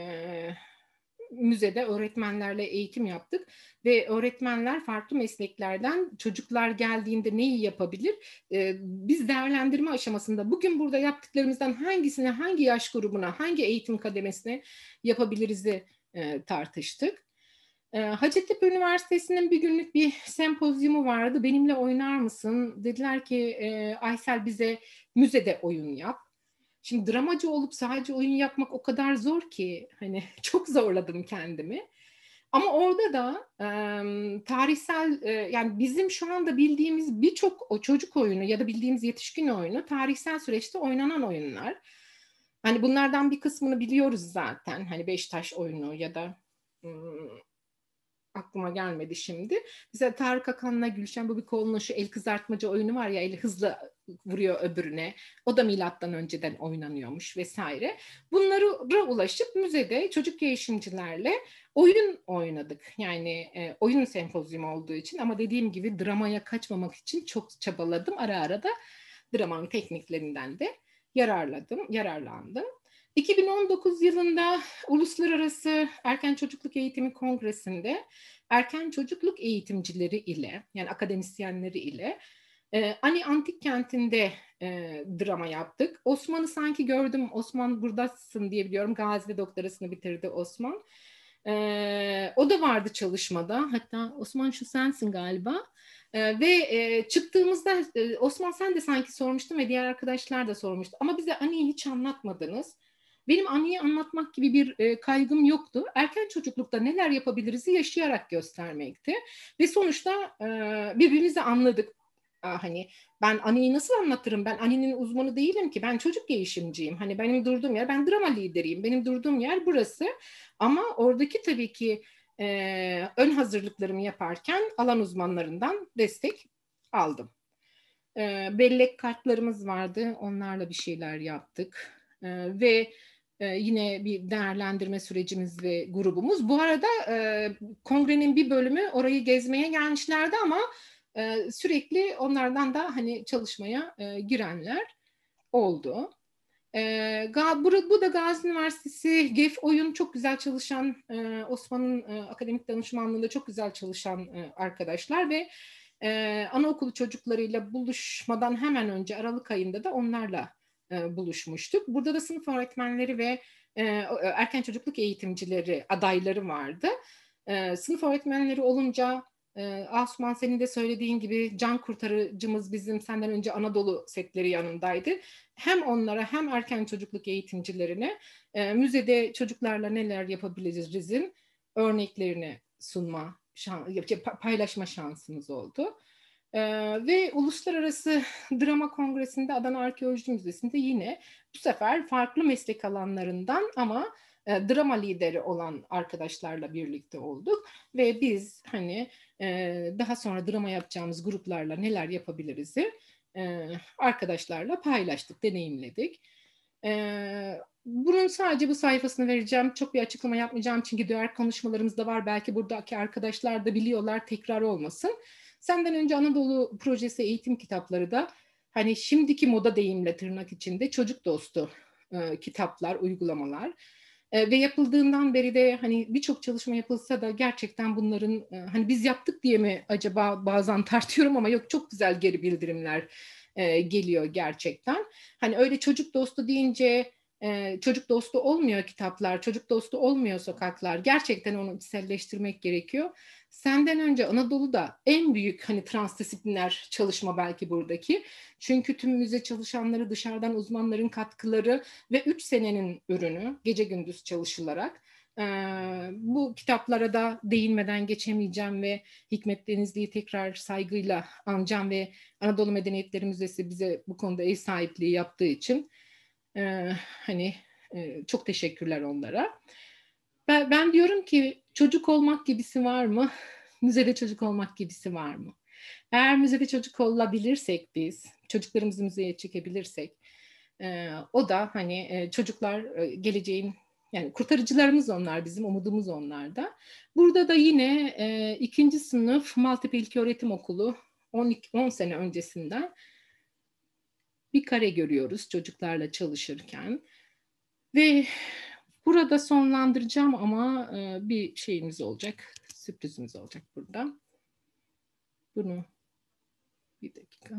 müzede öğretmenlerle eğitim yaptık ve öğretmenler farklı mesleklerden çocuklar geldiğinde neyi yapabilir? Biz değerlendirme aşamasında bugün burada yaptıklarımızdan hangisine, hangi yaş grubuna, hangi eğitim kademesine yapabiliriz'i tartıştık. Hacettepe Üniversitesi'nin bir günlük bir sempozyumu vardı. Benimle oynar mısın? Dediler ki Aysel, bize müzede oyun yap. Şimdi dramacı olup sadece oyun yapmak o kadar zor ki, hani çok zorladım kendimi. Ama orada da tarihsel, yani bizim şu anda bildiğimiz birçok o çocuk oyunu ya da bildiğimiz yetişkin oyunu tarihsel süreçte oynanan oyunlar. Hani bunlardan bir kısmını biliyoruz zaten. Hani Beştaş oyunu ya da aklıma gelmedi şimdi. Mesela Tarık Akan'la Gülşen Bubikoğlu'nun şu el kızartmaca oyunu var ya, eli hızlı vuruyor öbürüne. O da milattan önceden oynanıyormuş vesaire. Bunlara ulaşıp müzede çocuk girişimcilerle oyun oynadık. Yani oyun sempozyumu olduğu için, ama dediğim gibi dramaya kaçmamak için çok çabaladım. Ara ara da dramanın tekniklerinden de yararlandım. 2019 yılında Uluslararası Erken Çocukluk Eğitimi Kongresi'nde erken çocukluk eğitimcileri ile, yani akademisyenleri ile Ani Antik Kenti'nde drama yaptık. Osman'ı sanki gördüm. Osman buradasın diye biliyorum. Gazi'de doktorasını bitirdi Osman. O da vardı çalışmada. Hatta Osman, şu sensin galiba. Ve çıktığımızda Osman, sen de sanki sormuştun ve diğer arkadaşlar da sormuştu. Ama bize Ani'yi hiç anlatmadınız. Benim Ani'yi anlatmak gibi bir kaygım yoktu. Erken çocuklukta neler yapabiliriz'i yaşayarak göstermekti. Ve sonuçta birbirimizi anladık. Hani ben Ani'yi nasıl anlatırım? Ben Ani'nin uzmanı değilim ki. Ben çocuk gelişimciyim. Hani benim durduğum yer, ben drama lideriyim. Benim durduğum yer burası. Ama oradaki tabii ki ön hazırlıklarımı yaparken alan uzmanlarından destek aldım. Bellek kartlarımız vardı. Onlarla bir şeyler yaptık. Ve yine bir değerlendirme sürecimiz ve grubumuz. Bu arada kongrenin bir bölümü orayı gezmeye gelmişlerdi ama sürekli onlardan da hani çalışmaya girenler oldu. Bu da Gazi Üniversitesi GEF Oyun, çok güzel çalışan, Osman'ın akademik danışmanlığında çok güzel çalışan arkadaşlar ve anaokulu çocuklarıyla buluşmadan hemen önce Aralık ayında da onlarla buluşmuştuk. Burada da sınıf öğretmenleri ve erken çocukluk eğitimcileri adayları vardı. Sınıf öğretmenleri olunca Asuman, senin de söylediğin gibi can kurtarıcımız bizim senden önce Anadolu setleri yanındaydı. Hem onlara hem erken çocukluk eğitimcilerine müzede çocuklarla neler yapabiliriz'in örneklerini paylaşma şansımız oldu. Ve Uluslararası Drama Kongresi'nde Adana Arkeoloji Müzesi'nde yine bu sefer farklı meslek alanlarından ama drama lideri olan arkadaşlarla birlikte olduk ve biz hani daha sonra drama yapacağımız gruplarla neler yapabiliriz'i arkadaşlarla paylaştık, deneyimledik. Bunun sadece bu sayfasını vereceğim. Çok bir açıklama yapmayacağım çünkü diğer konuşmalarımız da var. Belki buradaki arkadaşlar da biliyorlar, tekrar olmasın. Senden önce Anadolu Projesi eğitim kitapları da hani şimdiki moda deyimle tırnak içinde çocuk dostu kitaplar, uygulamalar. Ve yapıldığından beri de hani birçok çalışma yapılsa da gerçekten bunların hani biz yaptık diye mi acaba bazen tartıyorum ama yok, çok güzel geri bildirimler geliyor gerçekten. Hani öyle çocuk dostu deyince çocuk dostu olmuyor kitaplar, çocuk dostu olmuyor sokaklar. Gerçekten onu içselleştirmek gerekiyor. Senden önce Anadolu'da en büyük hani transdisipliner çalışma belki buradaki. Çünkü tüm müze çalışanları, dışarıdan uzmanların katkıları ve 3 senenin ürünü gece gündüz çalışılarak. Bu kitaplara da değinmeden geçemeyeceğim ve Hikmet Denizli'yi tekrar saygıyla anacağım ve Anadolu Medeniyetleri Müzesi bize bu konuda ev sahipliği yaptığı için hani çok teşekkürler onlara. Ben diyorum ki çocuk olmak gibisi var mı? Müzede çocuk olmak gibisi var mı? Eğer müzede çocuk olabilirsek biz, çocuklarımızı müzeye çekebilirsek, o da hani çocuklar geleceğin, yani kurtarıcılarımız onlar, bizim umudumuz onlarda. Burada da yine ikinci sınıf Maltepe İlköğretim Okulu 10 sene öncesinden bir kare görüyoruz çocuklarla çalışırken. Ve burada sonlandıracağım ama bir şeyimiz olacak, sürprizimiz olacak burada. Bunu bir dakika.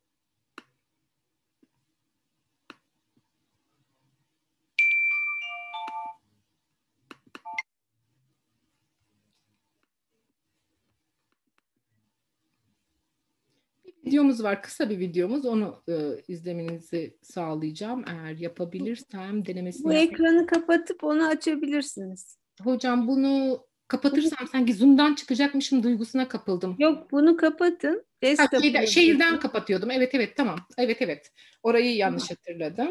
Videomuz var, kısa bir videomuz. Onu izlemenizi sağlayacağım. Eğer yapabilirsem denemesini Bu yapayım. ekranı kapatıp onu açabilirsiniz. Hocam bunu kapatırsam sanki Zoom'dan çıkacakmışım duygusuna kapıldım. Yok, bunu kapatın. Ha, şehirden Desktop'ınızdaki. kapatıyordum. Evet tamam. Evet. Orayı yanlış hatırladım.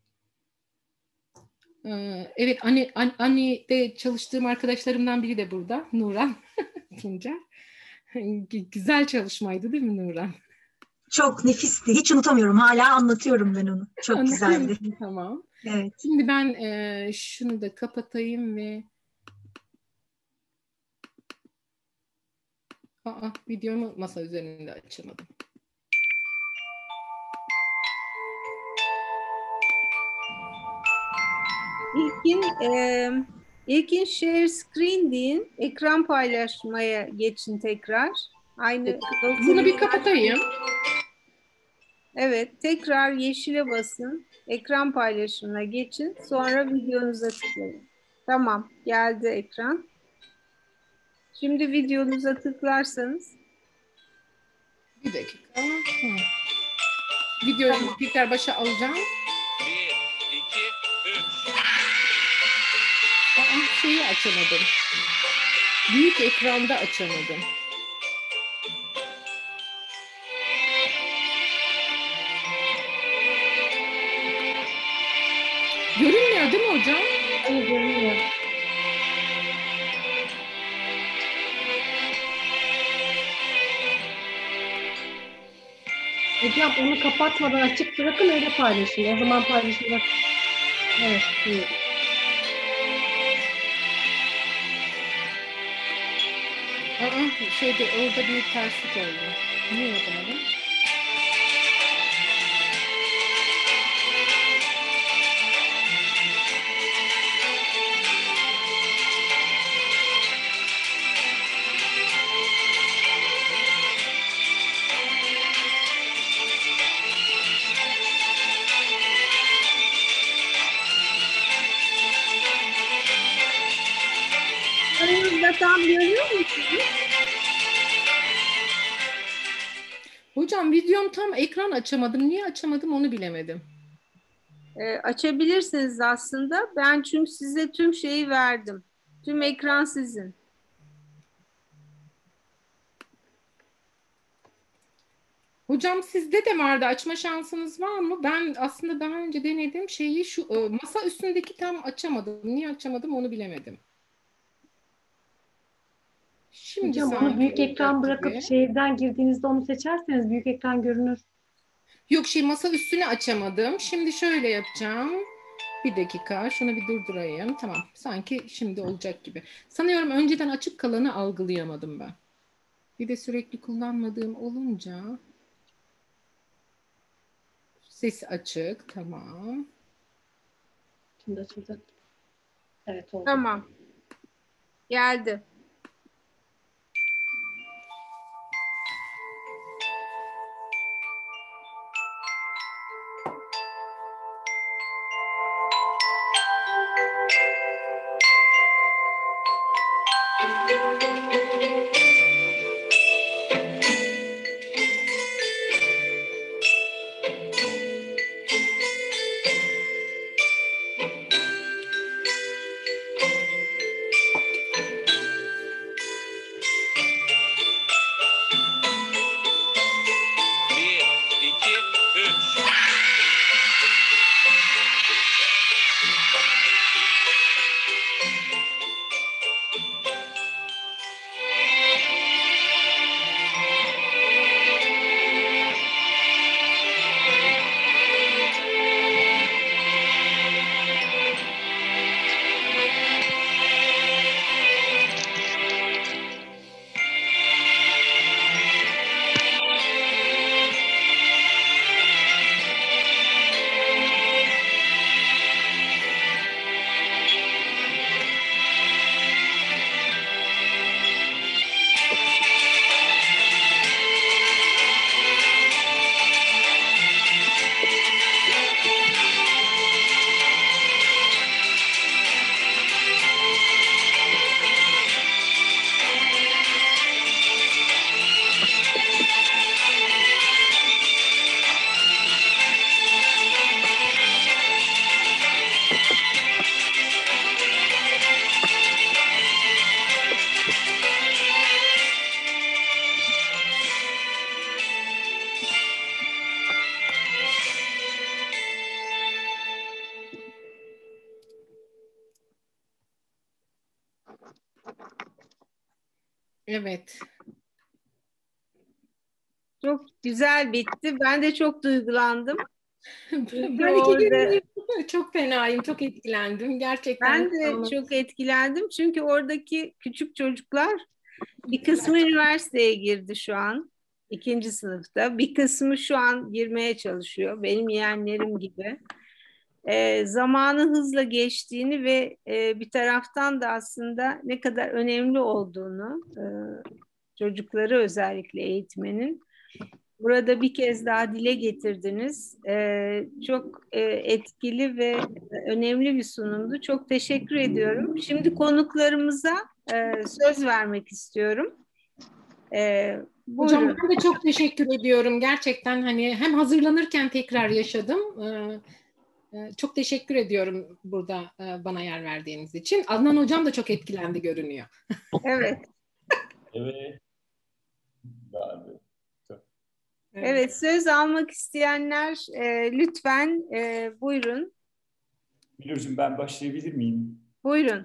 Evet, Anne'de çalıştığım arkadaşlarımdan biri de burada. Nuran Tuncer. Güzel çalışmaydı değil mi Nuran? Çok nefisti. Hiç unutamıyorum. Hala anlatıyorum ben onu. Çok Anlatıyor güzeldi. musun? Tamam. Evet. Şimdi ben şunu da kapatayım ve videomu masa üzerinde açamadım. İlkin share screen deyin. Ekran paylaşmaya geçin tekrar. Aynı Bunu bir kapatayım. Evet, tekrar yeşile basın. Ekran paylaşımına geçin. Sonra videonuza tıklayın. Tamam, geldi ekran. Şimdi videonuza tıklarsanız. Bir dakika. Videoyu tekrar başa alacağım. 1, 2, 3. Şeyi açamadım. Büyük ekranda açamadım. Görünmüyor değil mi hocam? Hayır, görünmüyor. Hocam onu kapatmadan açık bırakın, öyle paylaşın. O zaman paylaşın. Evet, iyi. Orada bir terslik oldu. Niye yapamadım? Aranızda tam görüyor musunuz? Hocam videom tam, ekran açamadım. Niye açamadım onu bilemedim. Açabilirsiniz aslında. Ben çünkü size tüm şeyi verdim. Tüm ekran sizin. Hocam sizde de vardı. Açma şansınız var mı? Ben aslında daha önce denediğim şeyi masa üstündeki tam açamadım. Niye açamadım onu bilemedim. Şimdi Hocam onu sanki büyük ekran olacak bırakıp gibi. şehirden girdiğinizde onu seçerseniz büyük ekran görünür. Yok, masa üstünü açamadım. Şimdi şöyle yapacağım. Bir dakika. Şunu bir durdurayım. Tamam. Sanki şimdi olacak gibi. Sanıyorum önceden açık kalanı algılayamadım ben. Bir de sürekli kullanmadığım olunca. Sesi açık. Tamam. Şimdi açıldı. Evet, oldu. Tamam. Geldi. Evet. Çok güzel bitti. Ben de çok duygulandım. Çünkü Ben iki orada gün çok fenayım, çok etkilendim. Gerçekten ben de Kanos. çok etkilendim. Çünkü oradaki küçük çocuklar bir kısmı üniversiteye girdi şu an. 2. sınıfta. Bir kısmı şu an girmeye çalışıyor. Benim yeğenlerim gibi. Zamanı hızla geçtiğini ve bir taraftan da aslında ne kadar önemli olduğunu çocukları özellikle eğitmenin burada bir kez daha dile getirdiniz. Çok etkili ve önemli bir sunumdu. Çok teşekkür ediyorum. Şimdi konuklarımıza söz vermek istiyorum. Hocam Buyurun. ben de çok teşekkür ediyorum. Gerçekten hani hem hazırlanırken tekrar yaşadım. Çok teşekkür ediyorum burada bana yer verdiğiniz için. Adnan hocam da çok etkilendi görünüyor. Evet. Evet. Abi. Evet, söz almak isteyenler lütfen buyurun. Bilircim, ben başlayabilir miyim? Buyurun.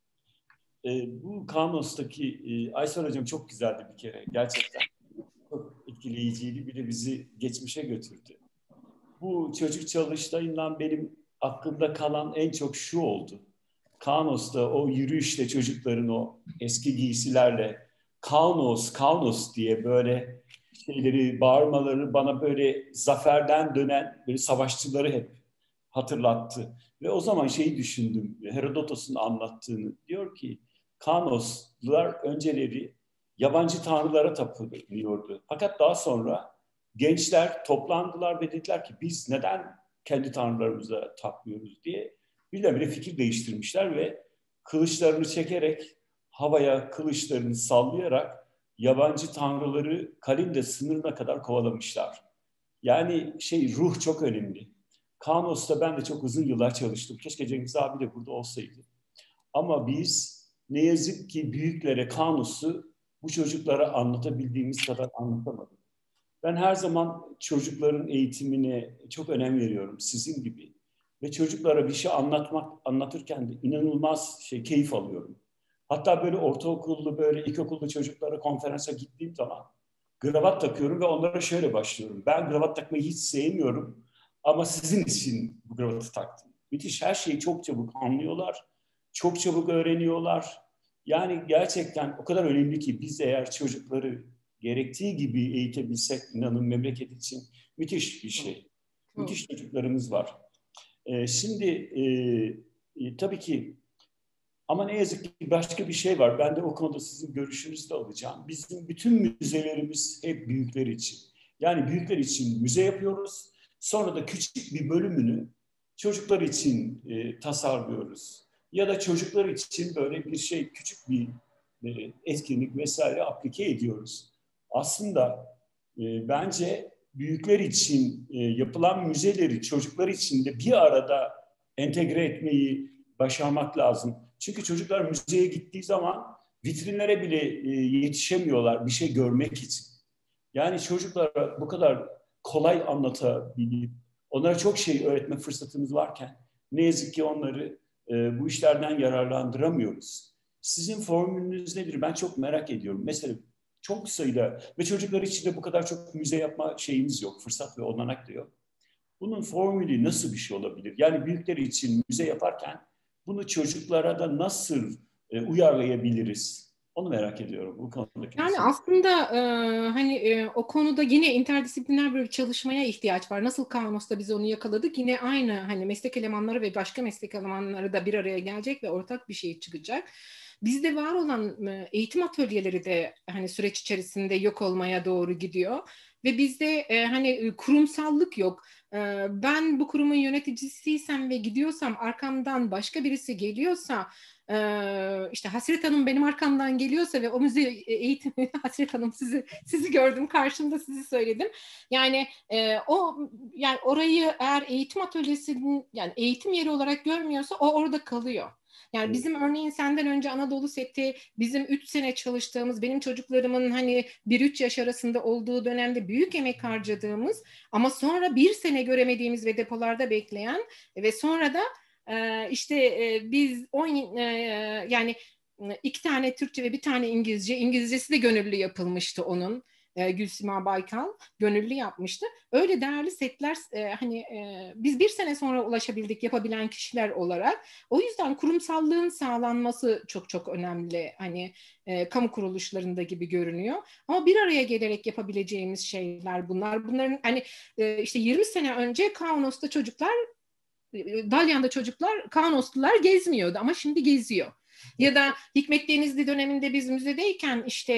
Bu Kanos'taki Aysel Hocam çok güzeldi bir kere. Gerçekten çok etkileyiciydi. Bir de bizi geçmişe götürdü. Bu çocuk çalıştayından benim aklımda kalan en çok şu oldu. Kaunos'ta o yürüyüşte çocukların o eski giysilerle Kaunos, Kaunos diye böyle şeyleri, bağırmaları bana böyle zaferden dönen böyle savaşçıları hep hatırlattı. Ve o zaman şeyi düşündüm, Herodotos'un anlattığını. Diyor ki Kaunoslular önceleri yabancı tanrılara tapınıyordu. Fakat daha sonra gençler toplandılar ve dediler ki biz neden kendi tanrılarımıza tapmıyoruz diye birdenbire fikir değiştirmişler ve kılıçlarını çekerek havaya kılıçlarını sallayarak yabancı tanrıları Kalinde sınırına kadar kovalamışlar. Yani ruh çok önemli. Kaunos'ta ben de çok uzun yıllar çalıştım. Keşke Cengiz abi de burada olsaydı. Ama biz ne yazık ki büyüklere Kaunos'u bu çocuklara anlatabildiğimiz kadar anlatamadık. Ben her zaman çocukların eğitimine çok önem veriyorum sizin gibi. Ve çocuklara bir şey anlatırken de inanılmaz keyif alıyorum. Hatta böyle ortaokullu, böyle ilkokullu çocuklara konferansa gittiğim zaman kravat takıyorum ve onlara şöyle başlıyorum. Ben kravat takmayı hiç sevmiyorum ama sizin için bu kravatı taktım. Müthiş, her şeyi çok çabuk anlıyorlar, çok çabuk öğreniyorlar. Yani gerçekten o kadar önemli ki biz eğer çocukları gerektiği gibi eğitebilsek inanın memleket için müthiş bir şey. Müthiş çocuklarımız var. Şimdi tabii ki ama ne yazık ki başka bir şey var. Ben de o konuda sizin görüşünüzü de alacağım. Bizim bütün müzelerimiz hep büyükler için. Yani büyükler için müze yapıyoruz. Sonra da küçük bir bölümünü çocuklar için tasarlıyoruz. Ya da çocuklar için böyle bir küçük bir etkinlik vesaire aplike ediyoruz. Aslında bence büyükler için yapılan müzeleri çocuklar için de bir arada entegre etmeyi başarmak lazım. Çünkü çocuklar müzeye gittiği zaman vitrinlere bile yetişemiyorlar bir şey görmek için. Yani çocuklara bu kadar kolay anlatabilip onlara çok şey öğretme fırsatımız varken ne yazık ki onları bu işlerden yararlandıramıyoruz. Sizin formülünüz nedir? Ben çok merak ediyorum. Mesela çok sayıda ve çocuklar için de bu kadar çok müze yapma şeyimiz yok. Fırsat ve olanak da yok. Bunun formülü nasıl bir şey olabilir? Yani büyükler için müze yaparken bunu çocuklara da nasıl uyarlayabiliriz? Onu merak ediyorum bu konudaki. Yani aslında o konuda yine interdisipliner bir çalışmaya ihtiyaç var. Nasıl Kaunos'ta biz onu yakaladık? Yine aynı hani meslek elemanları ve başka meslek elemanları da bir araya gelecek ve ortak bir şey çıkacak. Bizde var olan eğitim atölyeleri de hani süreç içerisinde yok olmaya doğru gidiyor ve bizde kurumsallık yok. Ben bu kurumun yöneticisiysem ve gidiyorsam arkamdan başka birisi geliyorsa işte Hasret Hanım benim arkamdan geliyorsa ve o müze eğitimi Hasret Hanım sizi gördüm karşımda sizi söyledim. Yani yani orayı eğer eğitim atölyesinin yani eğitim yeri olarak görmüyorsa o orada kalıyor. Yani bizim örneğin senden önce Anadolu Seti bizim 3 sene çalıştığımız benim çocuklarımın hani 1-3 yaş arasında olduğu dönemde büyük emek harcadığımız ama sonra 1 sene göremediğimiz ve depolarda bekleyen ve sonra da biz yani 2 tane Türkçe ve 1 tane İngilizce. İngilizcesi de gönüllü yapılmıştı onun. Gülsima Baykal gönüllü yapmıştı. Öyle değerli setler biz 1 sene sonra ulaşabildik yapabilen kişiler olarak. O yüzden kurumsallığın sağlanması çok çok önemli. Hani kamu kuruluşlarında gibi görünüyor. Ama bir araya gelerek yapabileceğimiz şeyler bunlar. Bunların hani işte 20 sene önce Kaunos'ta çocuklar, Dalyan'da çocuklar, Kaunoslular gezmiyordu ama şimdi geziyor. Ya da Hikmet Denizli döneminde biz müzedeyken işte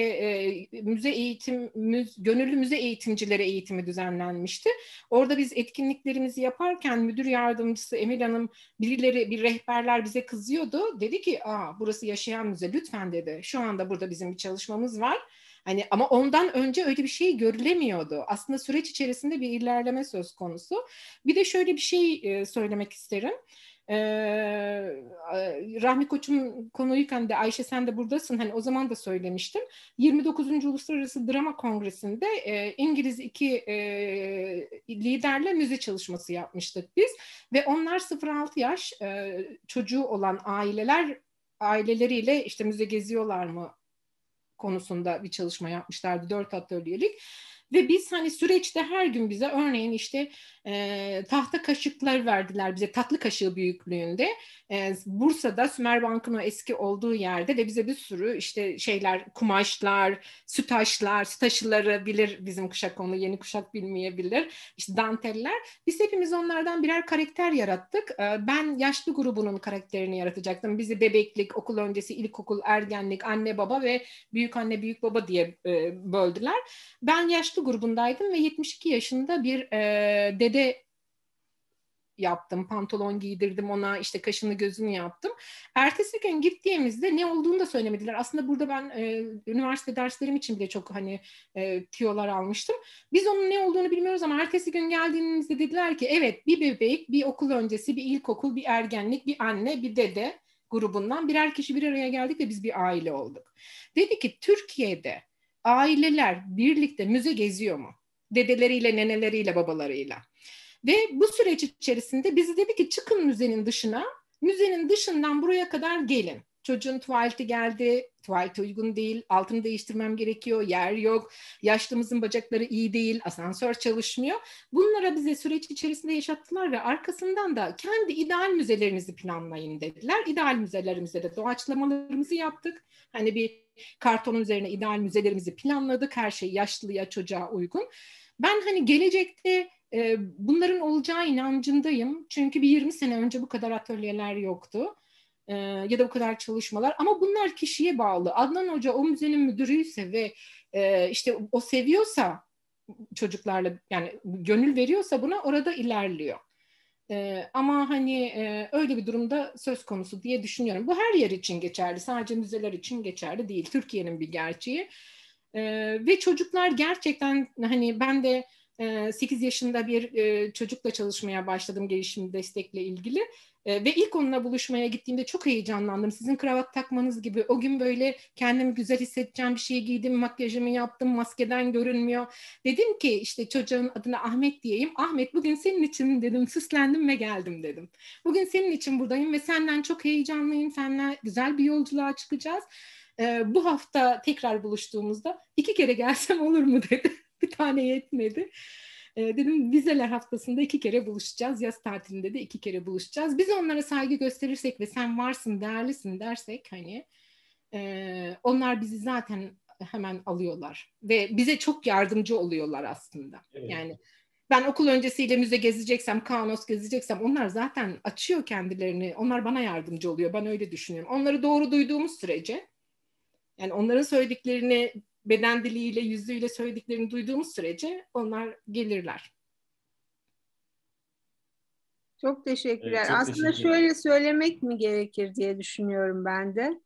gönüllü müze eğitimcileri eğitimi düzenlenmişti. Orada biz etkinliklerimizi yaparken müdür yardımcısı Emel Hanım, bir rehberler bize kızıyordu. Dedi ki, burası yaşayan müze lütfen dedi. Şu anda burada bizim bir çalışmamız var. Hani ama ondan önce öyle bir şey görülemiyordu. Aslında süreç içerisinde bir ilerleme söz konusu. Bir de şöyle bir şey söylemek isterim. Rahmi Koç'un konuyken de Ayşe sen de buradasın. Hani o zaman da söylemiştim. 29. Uluslararası Drama Kongresi'nde İngiliz 2 liderle müze çalışması yapmıştık biz. Ve onlar 0-6 yaş çocuğu olan aileleriyle işte müze geziyorlar mı konusunda bir çalışma yapmışlardı. 4 atölyelik. Ve biz hani süreçte her gün bize örneğin işte tahta kaşıklar verdiler bize, tatlı kaşığı büyüklüğünde. Bursa'da Sümerbank'ın o eski olduğu yerde de bize bir sürü işte şeyler, kumaşlar, süt aşıları bilir bizim kuşak, onu yeni kuşak bilmeyebilir. İşte danteller. Biz hepimiz onlardan birer karakter yarattık. Ben yaşlı grubunun karakterini yaratacaktım. Bizi bebeklik, okul öncesi, ilkokul, ergenlik, anne baba ve büyük anne büyük baba diye böldüler. Ben yaşlı grubundaydım ve 72 yaşında bir dede yaptım. Pantolon giydirdim ona, işte kaşını gözünü yaptım. Ertesi gün gittiğimizde ne olduğunu da söylemediler. Aslında burada ben üniversite derslerim için bile çok hani tiyolar almıştım. Biz onun ne olduğunu bilmiyoruz ama ertesi gün geldiğimizde dediler ki evet, bir bebek, bir okul öncesi, bir ilkokul, bir ergenlik, bir anne, bir dede grubundan birer kişi bir araya geldik ve biz bir aile olduk. Dedi ki Türkiye'de aileler birlikte müze geziyor mu? Dedeleriyle, neneleriyle, babalarıyla. Ve bu süreç içerisinde bizi dedi ki çıkın müzenin dışına, müzenin dışından buraya kadar gelin. Çocuğun tuvaleti geldi, tuvalete uygun değil, altını değiştirmem gerekiyor, yer yok, yaşlımızın bacakları iyi değil, asansör çalışmıyor. Bunlara bize süreç içerisinde yaşattılar ve arkasından da kendi ideal müzelerinizi planlayın dediler. İdeal müzelerimizde de doğaçlamalarımızı yaptık. Hani bir kartonun üzerine ideal müzelerimizi planladık, her şey yaşlıya, çocuğa uygun. Ben hani gelecekte bunların olacağı inancındayım. Çünkü bir 20 sene önce bu kadar atölyeler yoktu. Ya da bu kadar çalışmalar. Ama bunlar kişiye bağlı. Adnan Hoca o müzenin müdürüyse ve işte o seviyorsa çocuklarla, yani gönül veriyorsa buna, orada ilerliyor. Ama hani öyle bir durumda söz konusu diye düşünüyorum. Bu her yer için geçerli. Sadece müzeler için geçerli değil. Türkiye'nin bir gerçeği. Ve çocuklar gerçekten hani ben de 8 yaşında bir çocukla çalışmaya başladım gelişim destekle ilgili. Ve ilk onunla buluşmaya gittiğimde çok heyecanlandım. Sizin kravat takmanız gibi. O gün böyle kendimi güzel hissedeceğim bir şey giydim, makyajımı yaptım, maskeden görünmüyor. Dedim ki işte çocuğun adına Ahmet diyeyim. Ahmet, bugün senin için dedim, süslendim ve geldim dedim. Bugün senin için buradayım ve senden çok heyecanlıyım. Seninle güzel bir yolculuğa çıkacağız. Bu hafta tekrar buluştuğumuzda 2 kere gelsem olur mu dedi. Bir tane yetmedi. Dedim vizeler haftasında 2 kere buluşacağız. Yaz tatilinde de 2 kere buluşacağız. Biz onlara saygı gösterirsek ve sen varsın, değerlisin dersek hani onlar bizi zaten hemen alıyorlar. Ve bize çok yardımcı oluyorlar aslında. Evet. Yani ben okul öncesiyle müze gezeceksem, Kaunos gezeceksem onlar zaten açıyor kendilerini. Onlar bana yardımcı oluyor. Ben öyle düşünüyorum. Onları doğru duyduğumuz sürece, yani onların söylediklerini beden diliyle, yüzüyle söylediklerini duyduğumuz sürece onlar gelirler. Çok teşekkürler. Evet, çok aslında şöyle söylemek mi gerekir diye düşünüyorum ben de.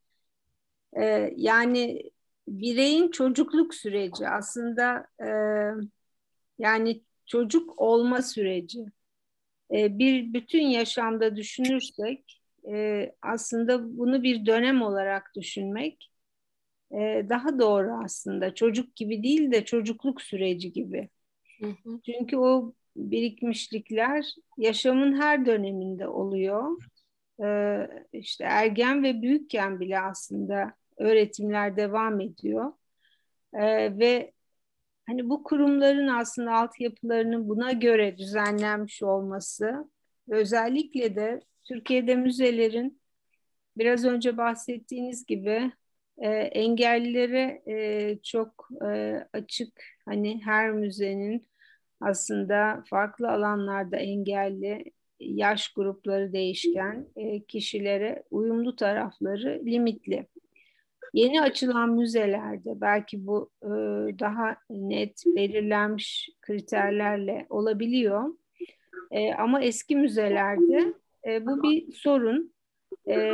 Yani bireyin çocukluk süreci aslında yani çocuk olma süreci. Bir bütün yaşamda düşünürsek aslında bunu bir dönem olarak düşünmek daha doğru aslında. Çocuk gibi değil de çocukluk süreci gibi. Hı hı. Çünkü o birikmişlikler yaşamın her döneminde oluyor. işte ergen ve büyükken bile aslında öğretimler devam ediyor. Ve hani bu kurumların aslında altyapılarının buna göre düzenlenmiş olması, özellikle de Türkiye'de müzelerin biraz önce bahsettiğiniz gibi engellilere çok açık, hani her müzenin aslında farklı alanlarda engelli, yaş grupları değişken kişilere uyumlu tarafları limitli. Yeni açılan müzelerde belki bu daha net belirlenmiş kriterlerle olabiliyor. Ama eski müzelerde bu bir sorun. E,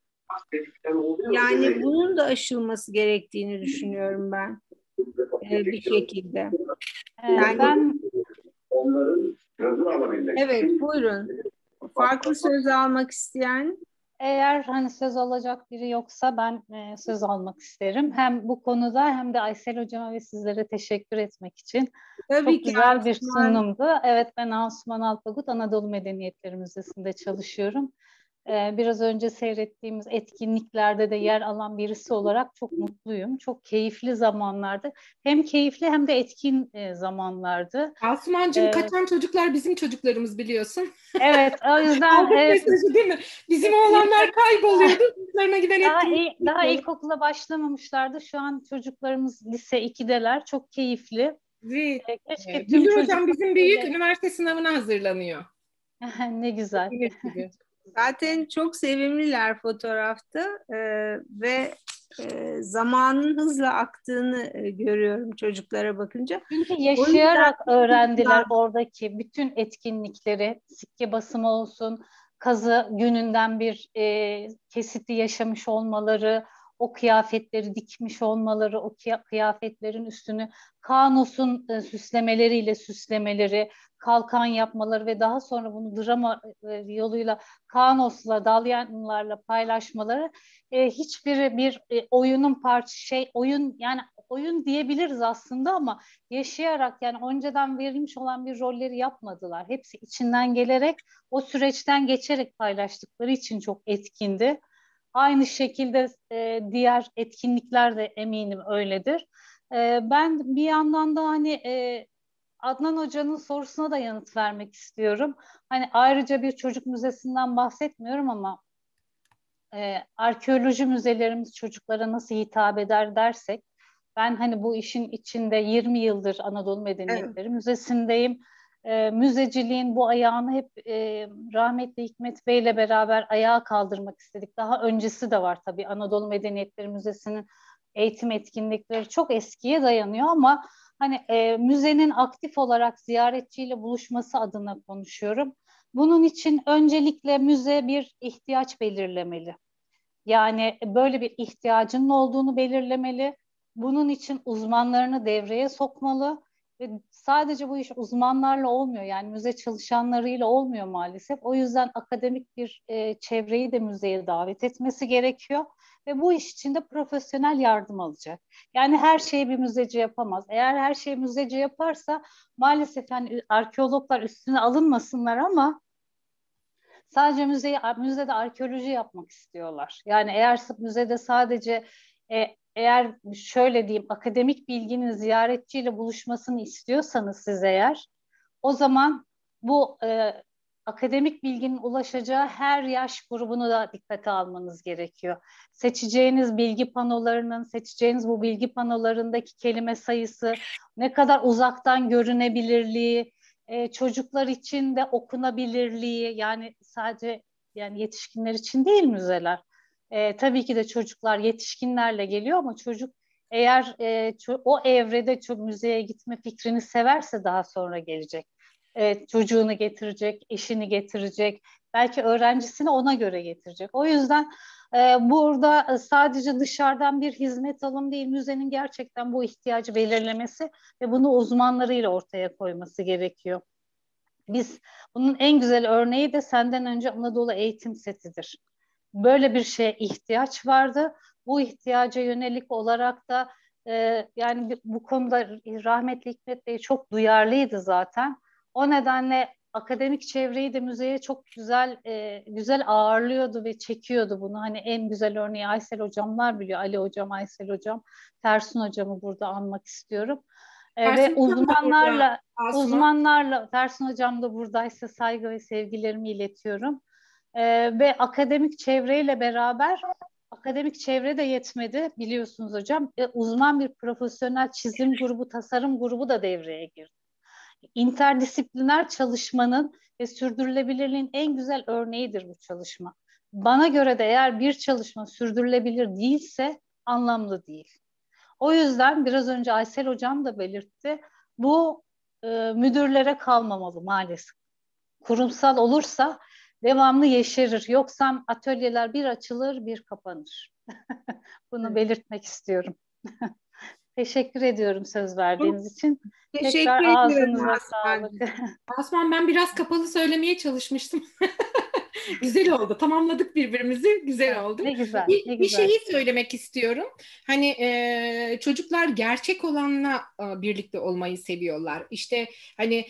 Yani bunun da aşılması gerektiğini düşünüyorum ben bir şekilde. Yani Ben evet, buyurun. Farklı söz almak isteyen. eğer hani söz alacak biri yoksa ben söz almak isterim. Hem bu konuda hem de Aysel Hocama ve sizlere teşekkür etmek için. Tabii Çok ki güzel bir Asuman. sunumdu. Evet, ben Asuman Alpagut Anadolu Medeniyetleri Müzesi'nde çalışıyorum. Biraz önce seyrettiğimiz etkinliklerde de yer alan birisi olarak çok mutluyum. Çok keyifli zamanlardı. Hem keyifli hem de etkin zamanlardı. Asumancığım, kaçan çocuklar bizim çocuklarımız biliyorsun. Evet, o yüzden Aldık mesajı değil mi? Bizim oğlanlar kayboluyordu. Çocuklarına giden etkinlik. daha ilkokula başlamamışlardı. Şu an çocuklarımız lise 2'deler. Çok keyifli. Evet. Keşke tüm Güldür Hocam çocuklar bizim büyük böyle... üniversite sınavına hazırlanıyor. Ne güzel. Zaten çok sevimliler fotoğrafta ve zamanın hızla aktığını görüyorum çocuklara bakınca. Çünkü O yüzden yaşayarak öğrendiler oradaki bütün etkinlikleri. Sikke basımı olsun, kazı gününden bir kesiti yaşamış olmaları, o kıyafetleri dikmiş olmaları, o kıyafetlerin üstünü Kanos'un süslemeleriyle süslemeleri, kalkan yapmaları ve daha sonra bunu drama yoluyla Kanos'la, dalyanlarla paylaşmaları hiçbiri bir oyunun oyun yani oyun diyebiliriz aslında ama yaşayarak yani önceden verilmiş olan bir rolleri yapmadılar. Hepsi içinden gelerek o süreçten geçerek paylaştıkları için çok etkindi. Aynı şekilde diğer etkinlikler de eminim öyledir. Ben bir yandan da hani Adnan Hoca'nın sorusuna da yanıt vermek istiyorum. Hani ayrıca bir çocuk müzesinden bahsetmiyorum ama arkeoloji müzelerimiz çocuklara nasıl hitap eder dersek, ben hani bu işin içinde 20 yıldır Anadolu evet, Medeniyetleri Müzesi'ndeyim. Müzeciliğin bu ayağını hep rahmetli Hikmet Bey ile beraber ayağa kaldırmak istedik. Daha öncesi de var tabii. Anadolu Medeniyetleri Müzesi'nin eğitim etkinlikleri çok eskiye dayanıyor ama hani müzenin aktif olarak ziyaretçiyle buluşması adına konuşuyorum. Bunun için öncelikle müze bir ihtiyaç belirlemeli. Yani böyle bir ihtiyacının olduğunu belirlemeli. Bunun için uzmanlarını devreye sokmalı ve sadece bu iş uzmanlarla olmuyor. Yani müze çalışanlarıyla olmuyor maalesef. O yüzden akademik bir çevreyi de müzeye davet etmesi gerekiyor ve bu iş için de profesyonel yardım alacak. Yani her şeyi bir müzeci yapamaz. Eğer her şeyi müzeci yaparsa maalesef yani arkeologlar üstüne alınmasınlar ama sadece müzede arkeoloji yapmak istiyorlar. Yani eğer müzede sadece eğer şöyle diyeyim akademik bilginin ziyaretçiyle buluşmasını istiyorsanız siz eğer o zaman bu akademik bilginin ulaşacağı her yaş grubunu da dikkate almanız gerekiyor. Seçeceğiniz bilgi panolarının, seçeceğiniz bu bilgi panolarındaki kelime sayısı, ne kadar uzaktan görünebilirliği, çocuklar için de okunabilirliği yani sadece yani yetişkinler için değil müzeler. Tabii ki de çocuklar yetişkinlerle geliyor ama çocuk eğer o evrede çok müzeye gitme fikrini severse daha sonra gelecek. Çocuğunu getirecek, eşini getirecek, belki öğrencisini ona göre getirecek. O yüzden burada sadece dışarıdan bir hizmet alım değil, müzenin gerçekten bu ihtiyacı belirlemesi ve bunu uzmanlarıyla ortaya koyması gerekiyor. Bunun en güzel örneği de Senden Önce Anadolu Eğitim Setidir. Böyle bir şeye ihtiyaç vardı. Bu ihtiyaca yönelik olarak da yani bu konuda rahmetli Hikmet Bey çok duyarlıydı zaten. O nedenle akademik çevreyi de müzeye çok güzel ağırlıyordu ve çekiyordu bunu. Hani en güzel örneği Aysel hocamlar biliyor. Ali hocam, Aysel hocam, Tersun hocamı burada anmak istiyorum. Ve uzmanlarla Tersun hocam da buradaysa saygı ve sevgilerimi iletiyorum. Ve akademik çevreyle beraber, akademik çevre de yetmedi biliyorsunuz hocam. Uzman bir profesyonel çizim grubu, tasarım grubu da devreye girdi. İnterdisipliner çalışmanın ve sürdürülebilirliğin en güzel örneğidir bu çalışma. Bana göre de eğer bir çalışma sürdürülebilir değilse anlamlı değil. O yüzden biraz önce Aysel hocam da belirtti. Bu müdürlere kalmamalı maalesef. Kurumsal olursa devamlı yeşerir. Yoksa atölyeler bir açılır, bir kapanır. Bunu belirtmek istiyorum. Teşekkür ediyorum söz verdiğiniz için. Tekrar ağzınıza sağlık. Asuman, ben biraz kapalı söylemeye çalışmıştım. Güzel oldu. Tamamladık birbirimizi. Güzel oldu. Ne güzel. Bir şeyi söylemek istiyorum. Hani çocuklar gerçek olanla birlikte olmayı seviyorlar. İşte hani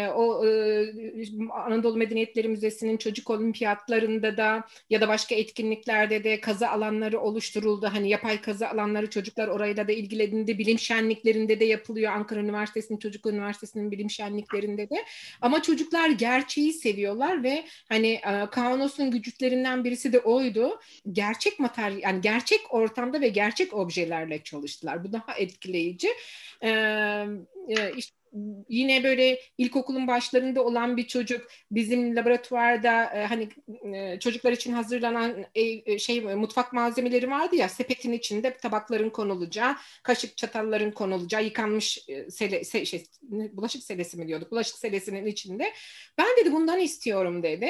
Anadolu Medeniyetleri Müzesi'nin çocuk olimpiyatlarında da ya da başka etkinliklerde de kazı alanları oluşturuldu. Hani yapay kazı alanları, çocuklar orayla da ilgilenildi. Bilim şenliklerinde de yapılıyor. Ankara Üniversitesi'nin, Çocuk Üniversitesi'nin bilim şenliklerinde de. Ama çocuklar gerçeği seviyorlar ve hani Kaunos'un güçlerinden birisi de oydu. Gerçek materyal, yani gerçek ortamda ve gerçek objelerle çalıştılar. Bu daha etkileyici. İşte yine böyle ilkokulun başlarında olan bir çocuk bizim laboratuvarda hani çocuklar için hazırlanan mutfak malzemeleri vardı ya, sepetin içinde tabakların konulacağı, kaşık çatalların konulacağı, yıkanmış bulaşık selesi mi diyorduk? Bulaşık selesinin içinde. Ben dedi bundan istiyorum dedi.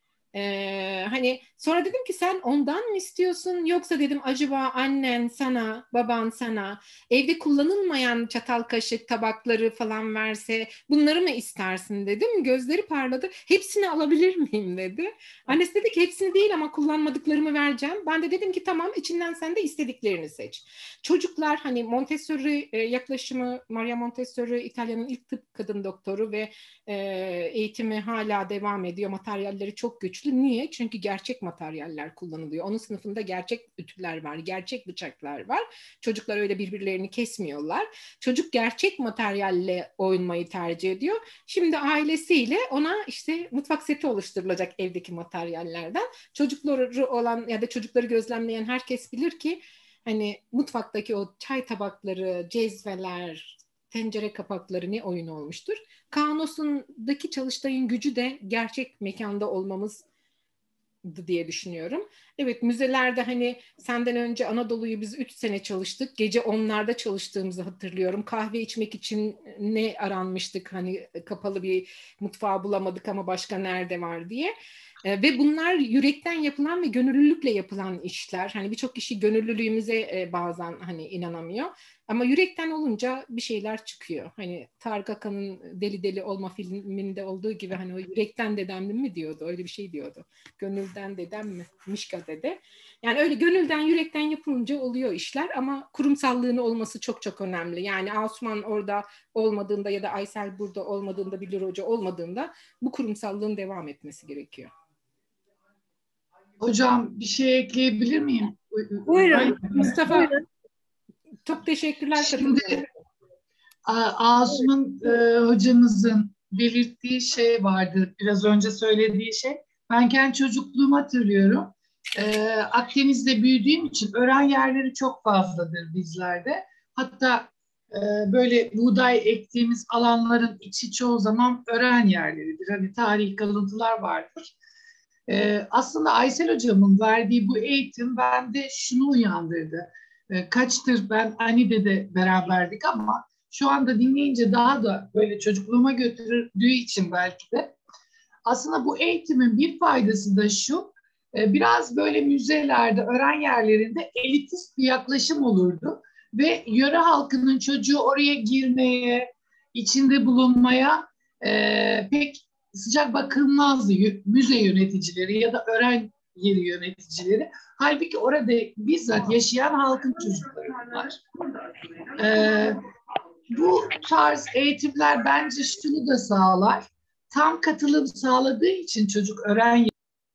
Hani sonra dedim ki sen ondan mı istiyorsun, yoksa dedim acaba annen sana, baban sana evde kullanılmayan çatal, kaşık, tabakları falan verse bunları mı istersin dedim. Gözleri parladı. Hepsini alabilir miyim dedi. Annesi dedi ki hepsini değil ama kullanmadıklarımı vereceğim. Ben de dedim ki tamam, içinden sen de istediklerini seç. Çocuklar hani Montessori yaklaşımı, Maria Montessori İtalya'nın ilk tıp kadın doktoru ve eğitimi hala devam ediyor. Materyalleri çok güçlü. Niye? Çünkü gerçek materyaller kullanılıyor. Onun sınıfında gerçek ütüler var, gerçek bıçaklar var. Çocuklar öyle birbirlerini kesmiyorlar. Çocuk gerçek materyalle oynamayı tercih ediyor. Şimdi ailesiyle ona işte mutfak seti oluşturulacak evdeki materyallerden. Çocukları olan ya da çocukları gözlemleyen herkes bilir ki hani mutfaktaki o çay tabakları, cezveler, tencere kapakları ne oyun olmuştur. Kaunos'undaki Çalıştay'ın gücü de gerçek mekanda olmamız diye düşünüyorum. Evet, müzelerde hani senden önce Anadolu'yu biz 3 sene çalıştık. Gece 10'larda çalıştığımızı hatırlıyorum. Kahve içmek için ne aranmıştık, hani kapalı bir mutfağı bulamadık ama başka nerede var diye. Ve bunlar yürekten yapılan ve gönüllülükle yapılan işler. Hani birçok kişi gönüllülüğümüze bazen hani inanamıyor. Ama yürekten olunca bir şeyler çıkıyor. Hani Tarık Akan'ın Deli Deli Olma filminde olduğu gibi hani o yürekten dedem mi diyordu. Öyle bir şey diyordu. Gönülden dedem mi? Mişka dede. Yani öyle gönülden, yürekten yapılınca oluyor işler ama kurumsallığın olması çok çok önemli. Yani Asuman orada olmadığında ya da Aysel burada olmadığında, Bilir Hoca olmadığında bu kurumsallığın devam etmesi gerekiyor. Hocam bir şey ekleyebilir miyim? Buyurun. Mustafa. Buyurun. Çok teşekkürler. Şimdi Asuman hocamızın belirttiği şey vardı. Biraz önce söylediği şey. Ben kendi çocukluğumu hatırlıyorum. Akdeniz'de büyüdüğüm için öğren yerleri çok fazladır bizlerde. Hatta böyle buğday ektiğimiz alanların içi çoğu zaman öğren yerleridir. Hani tarihi kalıntılar vardır. Aslında Aysel hocamın verdiği bu eğitim bende şunu uyandırdı. Kaçtır ben Ani'de de beraberdik ama şu anda dinleyince daha da böyle çocukluğuma götürdüğü için belki de aslında bu eğitimin bir faydası da şu, biraz böyle müzelerde, öğren yerlerinde elitist bir yaklaşım olurdu ve yöre halkının çocuğu oraya girmeye, içinde bulunmaya pek sıcak bakılmazdı müze yöneticileri ya da öğren yeri yöneticileri. Halbuki orada bizzat yaşayan halkın çocukları bunlar. Bu tarz eğitimler bence şunu da sağlar. tam katılım sağladığı için çocuk öğren.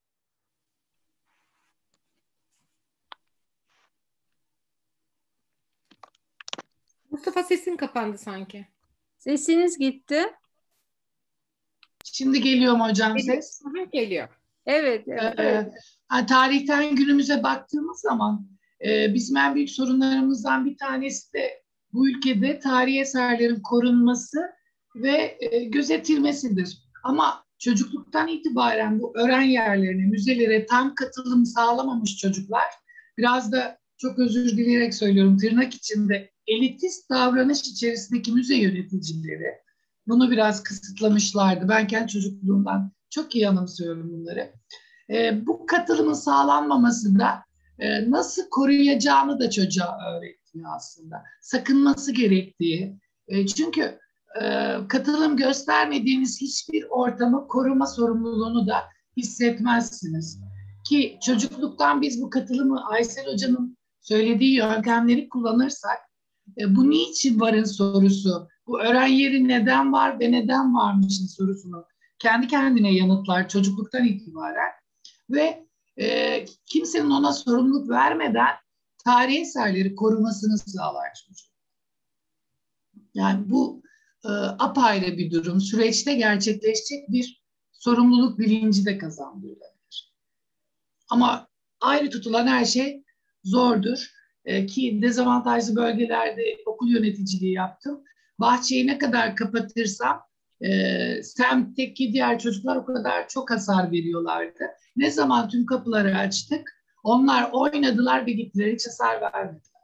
Mustafa sesin kapandı sanki. Sesiniz gitti. Şimdi geliyor mu hocam ses? Geliyor. Evet. Tarihten günümüze baktığımız zaman bizim en büyük sorunlarımızdan bir tanesi de bu ülkede tarihi eserlerin korunması ve gözetilmesidir. Ama çocukluktan itibaren bu öğren yerlerine, müzelere tam katılım sağlamamış çocuklar, biraz da çok özür dileyerek söylüyorum, tırnak içinde elitist davranış içerisindeki müze yöneticileri bunu biraz kısıtlamışlardı. Ben kendi çocukluğumdan çok iyi anımsıyorum bunları. Bu katılımın sağlanmaması da nasıl koruyacağını da çocuğa öğretiyor aslında. Sakınması gerektiği. Çünkü katılım göstermediğiniz hiçbir ortamı koruma sorumluluğunu da hissetmezsiniz. Ki çocukluktan biz bu katılımı Aysel Hoca'nın söylediği yöntemleri kullanırsak, bu niçin varın sorusu, bu öğren yeri neden var ve neden varmışın sorusunu kendi kendine yanıtlar çocukluktan itibaren ve kimsenin ona sorumluluk vermeden tarihi eserleri korumasını sağlar çocuk. Yani bu apayrı bir durum. Süreçte gerçekleşecek bir sorumluluk bilinci de kazandırılabilir. Ama ayrı tutulan her şey zordur. Ki dezavantajlı bölgelerde okul yöneticiliği yaptım. Bahçeyi ne kadar kapatırsam semtteki diğer çocuklar o kadar çok hasar veriyorlardı. Ne zaman tüm kapıları açtık, onlar oynadılar ve gittiler, hiç hasar vermediler.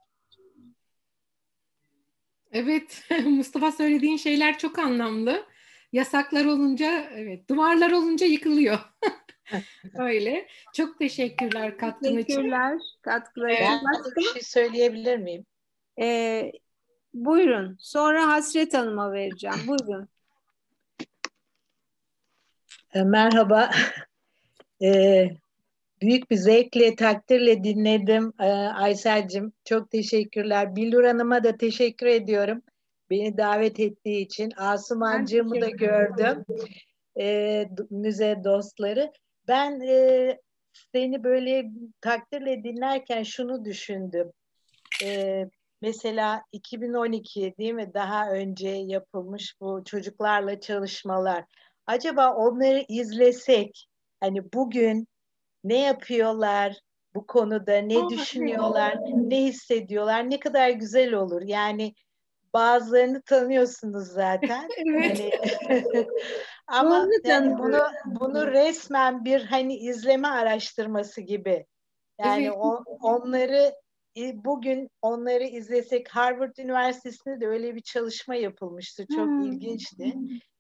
Evet, Mustafa söylediğin şeyler çok anlamlı. Yasaklar olunca, evet, duvarlar olunca yıkılıyor. Öyle. Çok teşekkürler katkın için. Teşekkürler katkıları için. Ben de bir şey söyleyebilir miyim? Buyurun. Sonra Hasret Hanım'a vereceğim. Buyurun. Merhaba. Büyük bir zevkle, takdirle dinledim Aysel'cim. Çok teşekkürler. Billur Hanım'a da teşekkür ediyorum. Beni davet ettiği için. Asumancığımı da gördüm. Müze dostları. Ben seni böyle takdirle dinlerken şunu düşündüm. Mesela 2012 değil mi? Daha önce yapılmış bu çocuklarla çalışmalar. Acaba onları izlesek, hani bugün ne yapıyorlar bu konuda, ne düşünüyorlar, ne hissediyorlar, ne kadar güzel olur. Yani bazılarını tanıyorsunuz zaten. Evet. Hani, ama yani bunu resmen bir hani izleme araştırması gibi. Yani Evet. onları bugün onları izlesek, Harvard Üniversitesi'nde de öyle bir çalışma yapılmıştı. Çok ilginçti.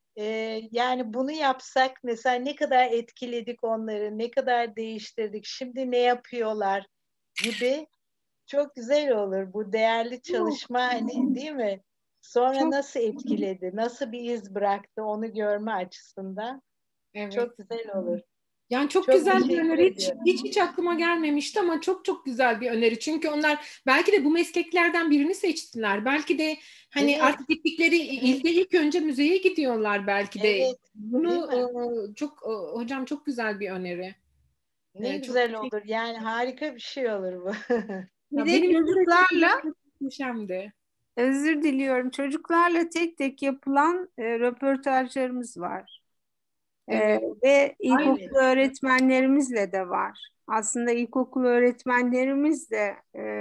Yani bunu yapsak mesela ne kadar etkiledik onları, ne kadar değiştirdik, şimdi ne yapıyorlar gibi çok güzel olur. Bu değerli çalışma hani, değil mi? Sonra nasıl etkiledi, nasıl bir iz bıraktı onu görme açısından Evet. çok güzel olur. Yani çok Çok güzel bir teşekkür öneri. ediyorum. Hiç aklıma gelmemişti ama çok güzel bir öneri. Çünkü onlar belki de bu mesleklerden birini seçtiler. Belki de hani Evet. artık gittikleri ilde ilk önce müzeye gidiyorlar belki de. Evet, Bunu değil çok hocam çok güzel bir öneri. Ne Çok güzel olur. Yani harika bir şey olur bu. Bir Ya de benim çocuklarla muhteşemdi. özür diliyorum. Çocuklarla tek tek yapılan röportajlarımız var. Evet. Ve ilkokul Aynen. öğretmenlerimizle de var. Aslında ilkokul öğretmenlerimiz de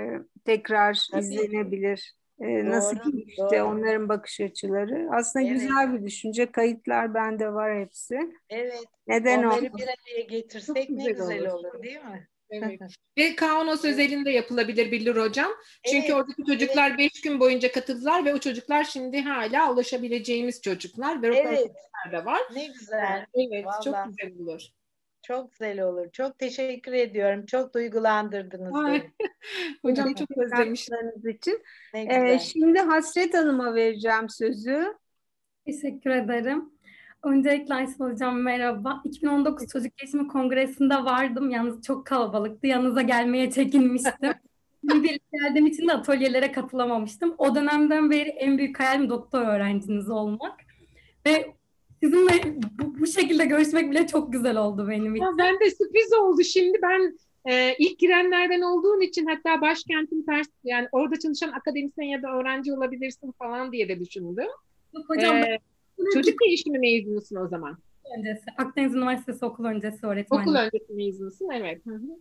tekrar Tabii. izlenebilir. Nasıl Doğru, gelişti doğru. onların bakış açıları. Aslında Evet. güzel bir düşünce. Kayıtlar bende var hepsi. Evet. Neden Onları olmasın? bir araya getirsek Çok ne güzel güzel olur. olur, değil mi? Evet. Ve Kaunos özelinde yapılabilir Billur Hocam. Çünkü Evet, oradaki çocuklar 5 gün boyunca katıldılar ve o çocuklar şimdi hala ulaşabileceğimiz çocuklar ve Evet. röportajlar da var. Ne güzel. Evet, çok Vallahi. güzel olur. Çok güzel olur. Çok teşekkür ediyorum. Çok duygulandırdınız Ay, beni. hocam çok özlemişim. Katkılarınız için. Ne güzel. Şimdi Hasret Hanım'a vereceğim sözü. Teşekkür ederim. Öncelikle Aysel Hocam merhaba. 2019 Çocuk Gelişimi Kongresi'nde vardım. Yalnız çok kalabalıktı. Yanınıza gelmeye çekinmiştim. Bir geldiğim için de atölyelere katılamamıştım. O dönemden beri en büyük hayalim doktor öğrenciniz olmak. Ve Sizinle bu şekilde görüşmek bile çok güzel oldu benim için. Ben de sürpriz oldu. Şimdi ben ilk girenlerden olduğun için hatta başkentin yani orada çalışan akademisyen ya da öğrenci olabilirsin falan diye de düşündüm. Hocam çocuk gelişimi mezunusun o zaman. Öncesi, Akdeniz Üniversitesi okul öncesi öğretmenlik. Okul öncesi mezunusun, evet.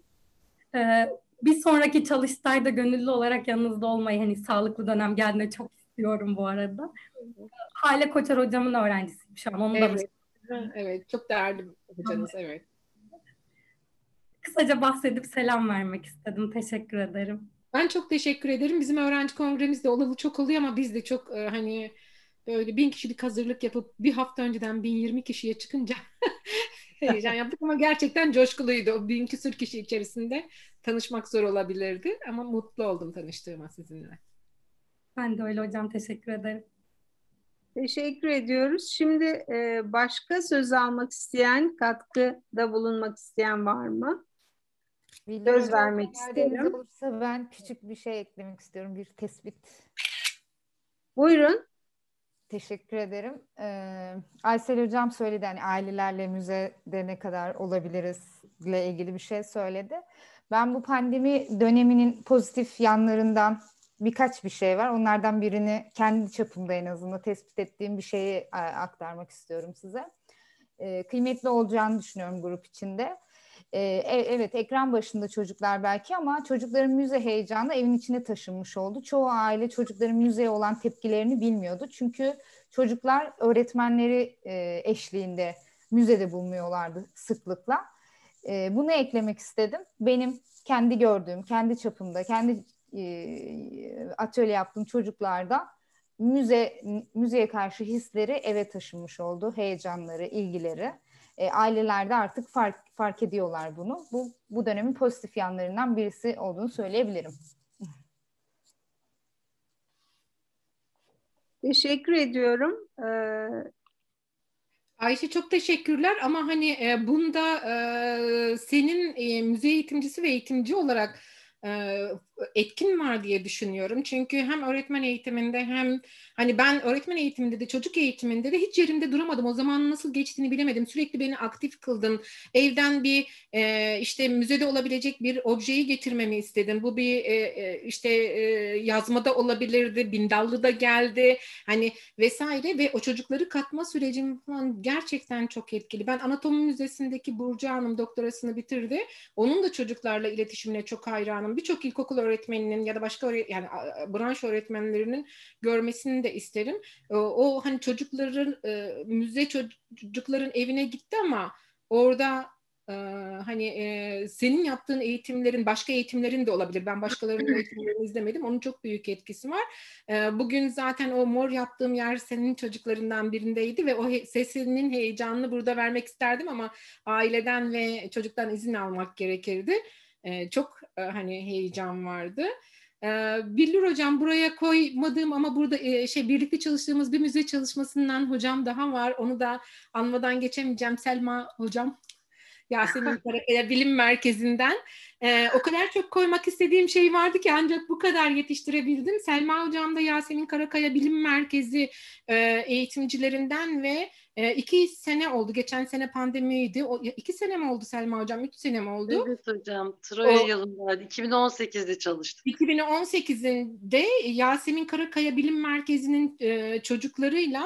Bir sonraki çalıştayda gönüllü olarak yanınızda olmayı, hani sağlıklı dönem geldiğinde çok istiyorum bu arada. Hale Koçer hocamın öğrencisiyim şu an. Onu da evet, çok değerli hocanız, evet. Kısaca bahsedip selam vermek istedim. Teşekkür ederim. Ben çok teşekkür ederim. Bizim öğrenci kongremizde olalı çok oluyor ama biz de çok hani böyle 1000 kişilik hazırlık yapıp bir hafta önceden 1020 kişiye çıkınca heyecan yaptık ama gerçekten coşkuluydu. O 1000 küsur kişi içerisinde tanışmak zor olabilirdi ama mutlu oldum tanıştığıma sizinle. Ben de öyle hocam. Teşekkür ederim. Teşekkür ediyoruz. Şimdi başka söz almak isteyen, katkıda bulunmak isteyen var mı? Söz vermek isterim. Olursa ben küçük bir şey eklemek istiyorum. Bir tespit. Buyurun. Teşekkür ederim. Aysel Hocam söyledi, hani ailelerle müzede ne kadar olabilirizle ilgili bir şey söyledi. Ben bu pandemi döneminin pozitif yanlarından birkaç bir şey var. Onlardan birini kendi çapımda en azından tespit ettiğim bir şeyi aktarmak istiyorum size. Kıymetli olacağını düşünüyorum grup içinde. Evet, ekran başında çocuklar belki ama çocukların müze heyecanı evin içine taşınmış oldu. Çoğu aile çocukların müzeye olan tepkilerini bilmiyordu. Çünkü çocuklar öğretmenleri eşliğinde müzede bulunuyorlardı sıklıkla. Bunu eklemek istedim. Benim kendi gördüğüm, kendi çapımda, kendi atölye yaptığım çocuklarda müzeye karşı hisleri eve taşınmış oldu. Heyecanları, ilgileri. Aileler de artık fark ediyorlar bunu. Bu dönemin pozitif yanlarından birisi olduğunu söyleyebilirim. Teşekkür ediyorum. Ayşe çok teşekkürler ama hani bunda senin müze eğitimcisi ve eğitimci olarak etkin var diye düşünüyorum. Çünkü hem öğretmen eğitiminde hem hani ben öğretmen eğitiminde de çocuk eğitiminde de hiç yerimde duramadım. O zaman nasıl geçtiğini bilemedim. Sürekli beni aktif kıldın. Evden bir işte müzede olabilecek bir objeyi getirmemi istedim. Bu bir işte yazmada olabilirdi. Bindallı da geldi. Hani vesaire ve o çocukları katma sürecim falan gerçekten çok etkili. Ben Anatomi Müzesi'ndeki Burcu Hanım doktorasını bitirdi. Onun da çocuklarla iletişimine çok hayranım. Birçok ilkokul öğretmeninin ya da başka yani branş öğretmenlerinin görmesini de isterim. O hani çocukların müze çocukların evine gitti ama orada hani senin yaptığın eğitimlerin başka eğitimlerin de olabilir. Ben başkalarının eğitimlerini izlemedim. Onun çok büyük etkisi var. Bugün zaten o mor yaptığım yer senin çocuklarından birindeydi ve o sesinin heyecanını burada vermek isterdim ama aileden ve çocuktan izin almak gerekirdi. Çok hani heyecan vardı. Billur hocam buraya koymadığım ama burada birlikte çalıştığımız bir müze çalışmasından hocam daha var. Onu da anmadan geçemeyeceğim. Selma hocam. Yasemin Karakaya Bilim Merkezi'nden. O kadar çok koymak istediğim şey vardı ki ancak bu kadar yetiştirebildim. Selma Hocam da Yasemin Karakaya Bilim Merkezi eğitimcilerinden ve 2 sene oldu. Geçen sene pandemiydi. 2 sene mi oldu Selma Hocam? 3 sene mi oldu? Evet hocam. Troya yılındaydı. 2018'de çalıştım. 2018'de Yasemin Karakaya Bilim Merkezi'nin çocuklarıyla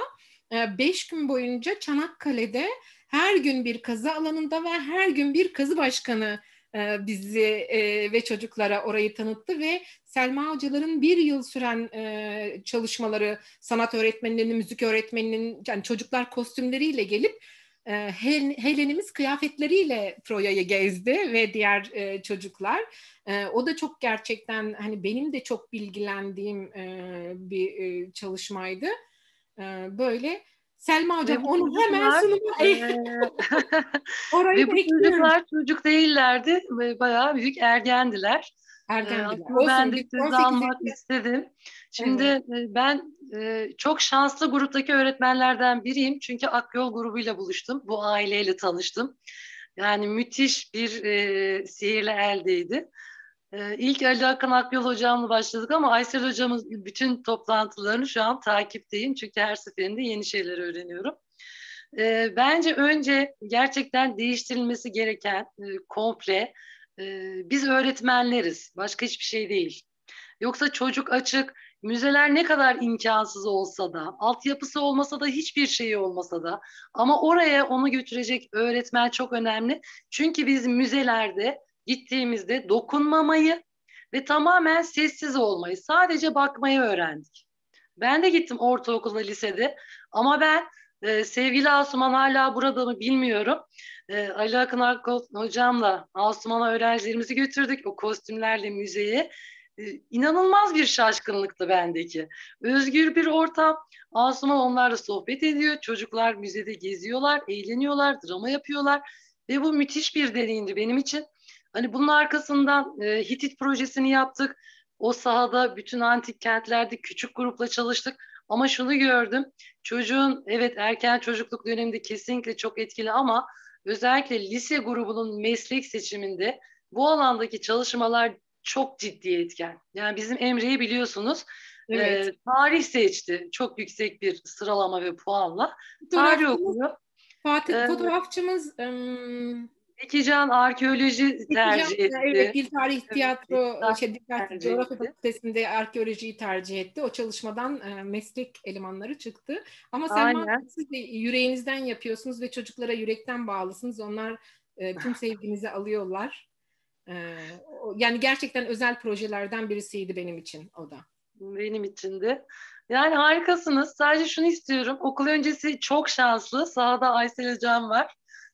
5 gün boyunca Çanakkale'de her gün bir kazı alanında ve her gün bir kazı başkanı bizi ve çocuklara orayı tanıttı ve Selma hocaların 1 yıl süren çalışmaları, sanat öğretmenlerinin, müzik öğretmeninin, yani çocuklar kostümleriyle gelip Helenimiz kıyafetleriyle Troya'yı gezdi ve diğer çocuklar. O da çok gerçekten hani benim de çok bilgilendiğim bir çalışmaydı. Böyle Selma hocam onu hemen sunuma ve bu çocuklar çocuk değillerdi ve bayağı büyük ergendiler. Ben de söz almak istedim. Şimdi evet. Ben çok şanslı gruptaki öğretmenlerden biriyim. Çünkü Akyol grubuyla buluştum. Bu aileyle tanıştım. Yani müthiş bir sihirli eldeydi. İlk Ali Hakan Akyol hocamla başladık ama Aysel hocamın bütün toplantılarını şu an takipteyim. Çünkü her seferinde yeni şeyler öğreniyorum. Bence önce gerçekten değiştirilmesi gereken komple biz öğretmenleriz. Başka hiçbir şey değil. Yoksa çocuk açık, müzeler ne kadar imkansız olsa da, altyapısı olmasa da, hiçbir şeyi olmasa da, ama oraya onu götürecek öğretmen çok önemli. Çünkü biz müzelerde gittiğimizde dokunmamayı ve tamamen sessiz olmayı, sadece bakmayı öğrendik. Ben de gittim ortaokulda, lisede, ama ben sevgili Asuman hala burada mı bilmiyorum. Ali Akın Akkol hocamla Asuman'a öğrencilerimizi götürdük o kostümlerle müzeye. İnanılmaz bir şaşkınlıktı bendeki. Özgür bir ortam. Asuman onlarla sohbet ediyor. Çocuklar müzede geziyorlar, eğleniyorlar, drama yapıyorlar. Ve bu müthiş bir deneyimdi benim için. Hani bunun arkasından Hitit projesini yaptık. O sahada bütün antik kentlerde küçük grupla çalıştık. Ama şunu gördüm. Çocuğun, evet, erken çocukluk döneminde kesinlikle çok etkili, ama özellikle lise grubunun meslek seçiminde bu alandaki çalışmalar çok ciddi etken. Yani bizim Emre'yi biliyorsunuz, Evet. tarih seçti. Çok yüksek bir sıralama ve puanla. Tarih okuyor. Fotoğrafçımız Ekican arkeoloji tercih etti. Evet, Dil Tarih Tiyatro tercih Coğrafya etti. Fakültesi'nde arkeolojiyi tercih etti. O çalışmadan meslek elemanları çıktı. Ama Aynen. siz de yüreğinizden yapıyorsunuz ve çocuklara yürekten bağlısınız. Onlar tüm sevginizi alıyorlar. Yani gerçekten özel projelerden birisiydi benim için o da. Benim için de. Yani harikasınız. Sadece şunu istiyorum. Okul öncesi çok şanslı. Sahada Aysel Hocam var.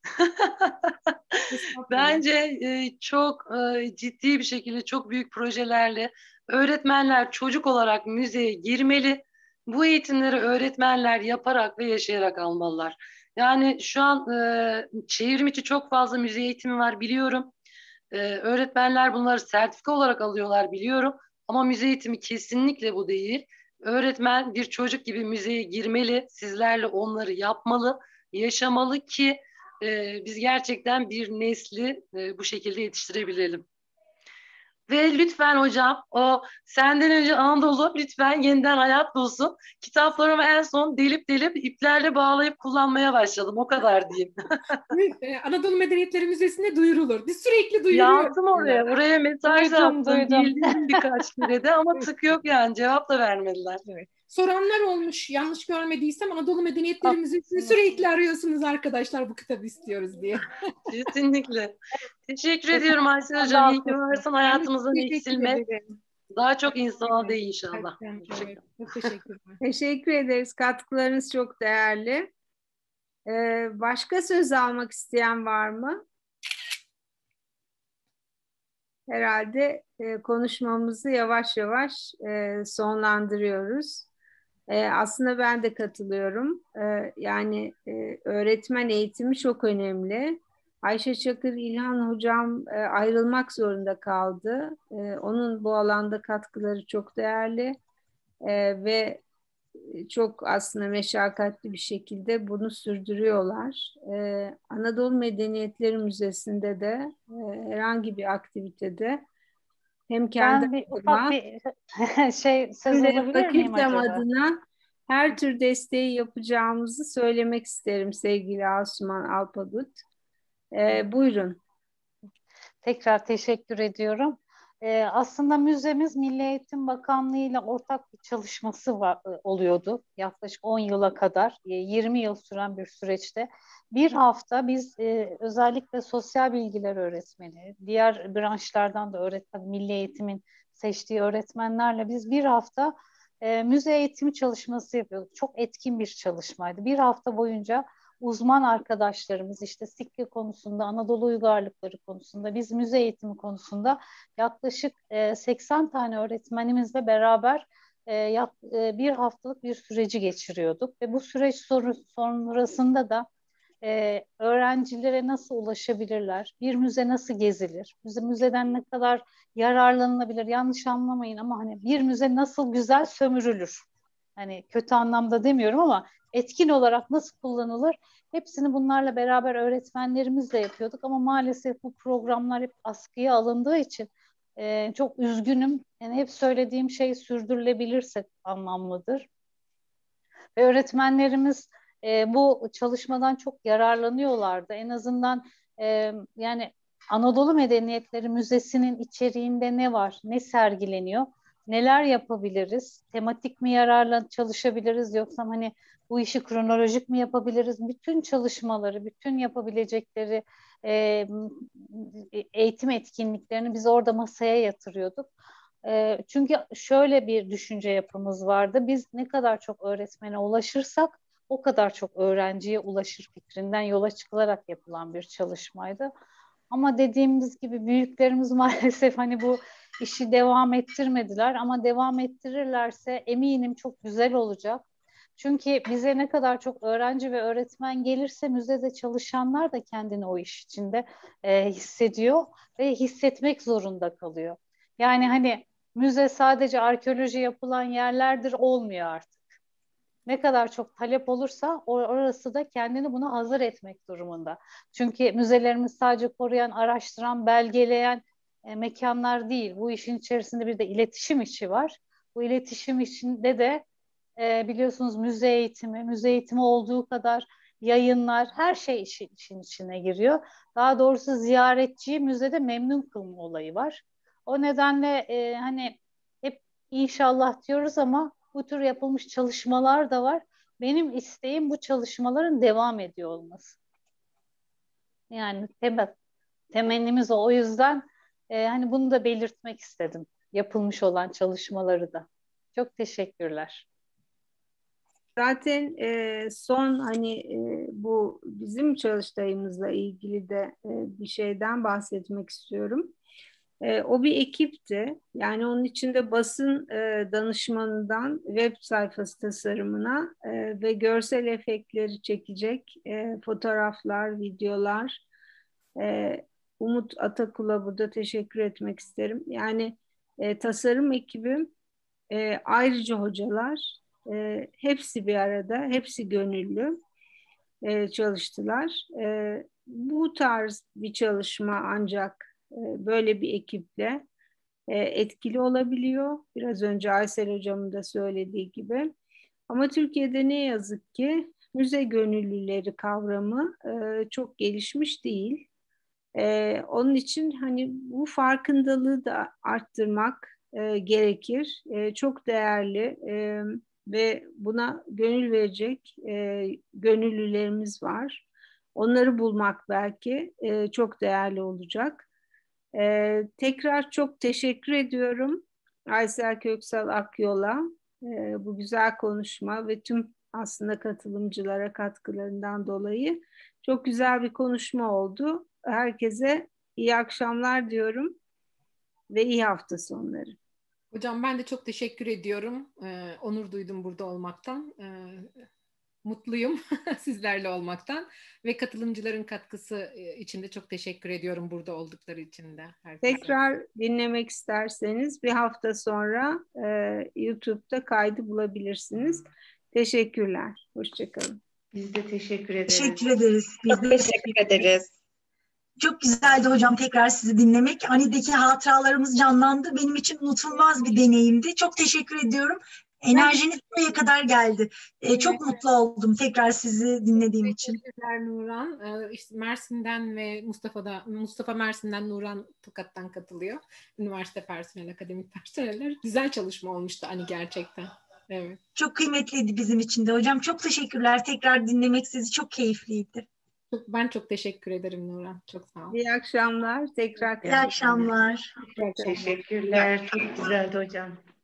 Bence çok ciddi bir şekilde çok büyük projelerle öğretmenler çocuk olarak müzeye girmeli. Bu eğitimleri öğretmenler yaparak ve yaşayarak almalılar. Yani şu an çevrim içi çok fazla müze eğitimi var, biliyorum. Öğretmenler bunları sertifika olarak alıyorlar, biliyorum. Ama müze eğitimi kesinlikle bu değil. Öğretmen bir çocuk gibi müzeye girmeli, sizlerle onları yapmalı, yaşamalı ki biz gerçekten bir nesli bu şekilde yetiştirebilelim. Ve lütfen hocam, o senden önce Anadolu lütfen yeniden hayat bulsun. Kitaplarımı en son delip iplerle bağlayıp kullanmaya başladım. O kadar diyeyim. Anadolu Medeniyetleri Müzesi'nde duyurulur. Biz sürekli duyuruyoruz. Yazdım oraya. Oraya mesaj attım. Duydum. Bildirim birkaç kere de, ama tık yok yani. Cevap da vermediler. Evet. Soranlar olmuş. Yanlış görmediysem Anadolu Medeniyetleri Müzesi'ni sürekli arıyorsunuz arkadaşlar, bu kitabı istiyoruz diye. Kesinlikle. Teşekkür ediyorum Aysel Hocam. İyi ki varsın. Hayatımızdan eksilme. Daha çok insana değin inşallah. Evet, çok teşekkürler. Teşekkür ederiz. Katkılarınız çok değerli. Başka söz almak isteyen var mı? Herhalde konuşmamızı yavaş yavaş sonlandırıyoruz. Aslında ben de katılıyorum. Yani öğretmen eğitimi çok önemli. Ayşe Çakır İlhan Hocam ayrılmak zorunda kaldı. Onun bu alanda katkıları çok değerli ve çok aslında meşakkatli bir şekilde bunu sürdürüyorlar. Anadolu Medeniyetleri Müzesi'nde de herhangi bir aktivitede hem kendi Ben bir ufak bir söz alabilir miyim acaba? adına her tür desteği yapacağımızı söylemek isterim sevgili Asuman Alpadut. Buyurun. Tekrar teşekkür ediyorum. Aslında müzemiz Milli Eğitim Bakanlığı ile ortak bir çalışması oluyordu. Yaklaşık 10 yıla kadar, 20 yıl süren bir süreçte. Bir hafta biz özellikle sosyal bilgiler öğretmeni, diğer branşlardan da öğretmen, Milli Eğitim'in seçtiği öğretmenlerle biz bir hafta müze eğitimi çalışması yapıyorduk. Çok etkin bir çalışmaydı. Bir hafta boyunca uzman arkadaşlarımız işte Sikke konusunda, Anadolu uygarlıkları konusunda, biz müze eğitimi konusunda yaklaşık 80 tane öğretmenimizle beraber bir haftalık bir süreci geçiriyorduk. Ve bu süreç sonrasında da öğrencilere nasıl ulaşabilirler, bir müze nasıl gezilir, müzeden ne kadar yararlanılabilir, yanlış anlamayın ama hani bir müze nasıl güzel sömürülür. Hani kötü anlamda demiyorum ama etkin olarak nasıl kullanılır? Hepsini bunlarla beraber öğretmenlerimizle yapıyorduk ama maalesef bu programlar hep askıya alındığı için çok üzgünüm. Yani hep söylediğim şey sürdürülebilirse anlamlıdır. Ve öğretmenlerimiz bu çalışmadan çok yararlanıyorlardı. En azından yani Anadolu Medeniyetleri Müzesi'nin içeriğinde ne var, ne sergileniyor, neler yapabiliriz, tematik mi çalışabiliriz yoksa hani bu işi kronolojik mi yapabiliriz? Bütün çalışmaları, bütün yapabilecekleri eğitim etkinliklerini biz orada masaya yatırıyorduk. Çünkü şöyle bir düşünce yapımız vardı. Biz ne kadar çok öğretmene ulaşırsak o kadar çok öğrenciye ulaşır fikrinden yola çıkılarak yapılan bir çalışmaydı. Ama dediğimiz gibi büyüklerimiz maalesef hani bu işi devam ettirmediler ama devam ettirirlerse eminim çok güzel olacak. Çünkü bize ne kadar çok öğrenci ve öğretmen gelirse müzede çalışanlar da kendini o iş içinde hissediyor ve hissetmek zorunda kalıyor. Yani hani müze sadece arkeoloji yapılan yerlerdir olmuyor artık. Ne kadar çok talep olursa orası da kendini buna hazır etmek durumunda. Çünkü müzelerimiz sadece koruyan, araştıran, belgeleyen mekanlar değil. Bu işin içerisinde bir de iletişim işi var. Bu iletişim içinde de biliyorsunuz müze eğitimi olduğu kadar yayınlar, her şey işin içine giriyor. Daha doğrusu ziyaretçiyi müzede memnun kılma olayı var. O nedenle hani hep inşallah diyoruz ama bu tür yapılmış çalışmalar da var. Benim isteğim bu çalışmaların devam ediyor olması. Yani temennimiz o. O yüzden hani bunu da belirtmek istedim. Yapılmış olan çalışmaları da. Çok teşekkürler. Zaten son hani bu bizim çalıştayımızla ilgili de bir şeyden bahsetmek istiyorum. O bir ekipti. Yani onun içinde basın danışmanından web sayfası tasarımına ve görsel efektleri çekecek fotoğraflar, videolar. Umut Atakul'a burada teşekkür etmek isterim. Yani tasarım ekibi, ayrıca hocalar, hepsi bir arada, hepsi gönüllü çalıştılar. Bu tarz bir çalışma ancak böyle bir ekiple etkili olabiliyor. Biraz önce Aysel Hocam'ın da söylediği gibi. Ama Türkiye'de ne yazık ki müze gönüllüleri kavramı çok gelişmiş değil. Onun için hani bu farkındalığı da arttırmak gerekir. Çok değerli ve buna gönül verecek gönüllülerimiz var. Onları bulmak belki çok değerli olacak. Tekrar çok teşekkür ediyorum Aysel Köksal Akyol'a bu güzel konuşma ve tüm aslında katılımcılara katkılarından dolayı. Çok güzel bir konuşma oldu. Herkese iyi akşamlar diyorum ve iyi hafta sonları. Hocam ben de çok teşekkür ediyorum. Onur duydum burada olmaktan. Mutluyum sizlerle olmaktan ve katılımcıların katkısı için de çok teşekkür ediyorum burada oldukları için de. Herkese. Tekrar dinlemek isterseniz bir hafta sonra YouTube'da kaydı bulabilirsiniz. Teşekkürler. Hoşçakalın. Biz de teşekkür ederiz. Teşekkür ederiz. Biz de teşekkür ederiz. Çok güzeldi hocam tekrar sizi dinlemek. Anideki hatıralarımız canlandı. Benim için unutulmaz bir deneyimdi. Çok teşekkür ediyorum. Enerjiniz buraya kadar geldi. Çok mutlu oldum tekrar sizi dinlediğim için. Teşekkürler Nuran. İşte Mersin'den ve Mustafa Mersin'den, Nuran Tokat'tan katılıyor. Üniversite personeli, akademik personeller. Güzel çalışma olmuştu hani gerçekten. Evet. Çok kıymetliydi bizim için de hocam. Çok teşekkürler. Tekrar dinlemek sizi çok keyifliydi. Ben çok teşekkür ederim Nuran. Çok sağ olun. İyi akşamlar. Tekrar. İyi akşamlar. Teşekkürler. Çok güzeldi hocam.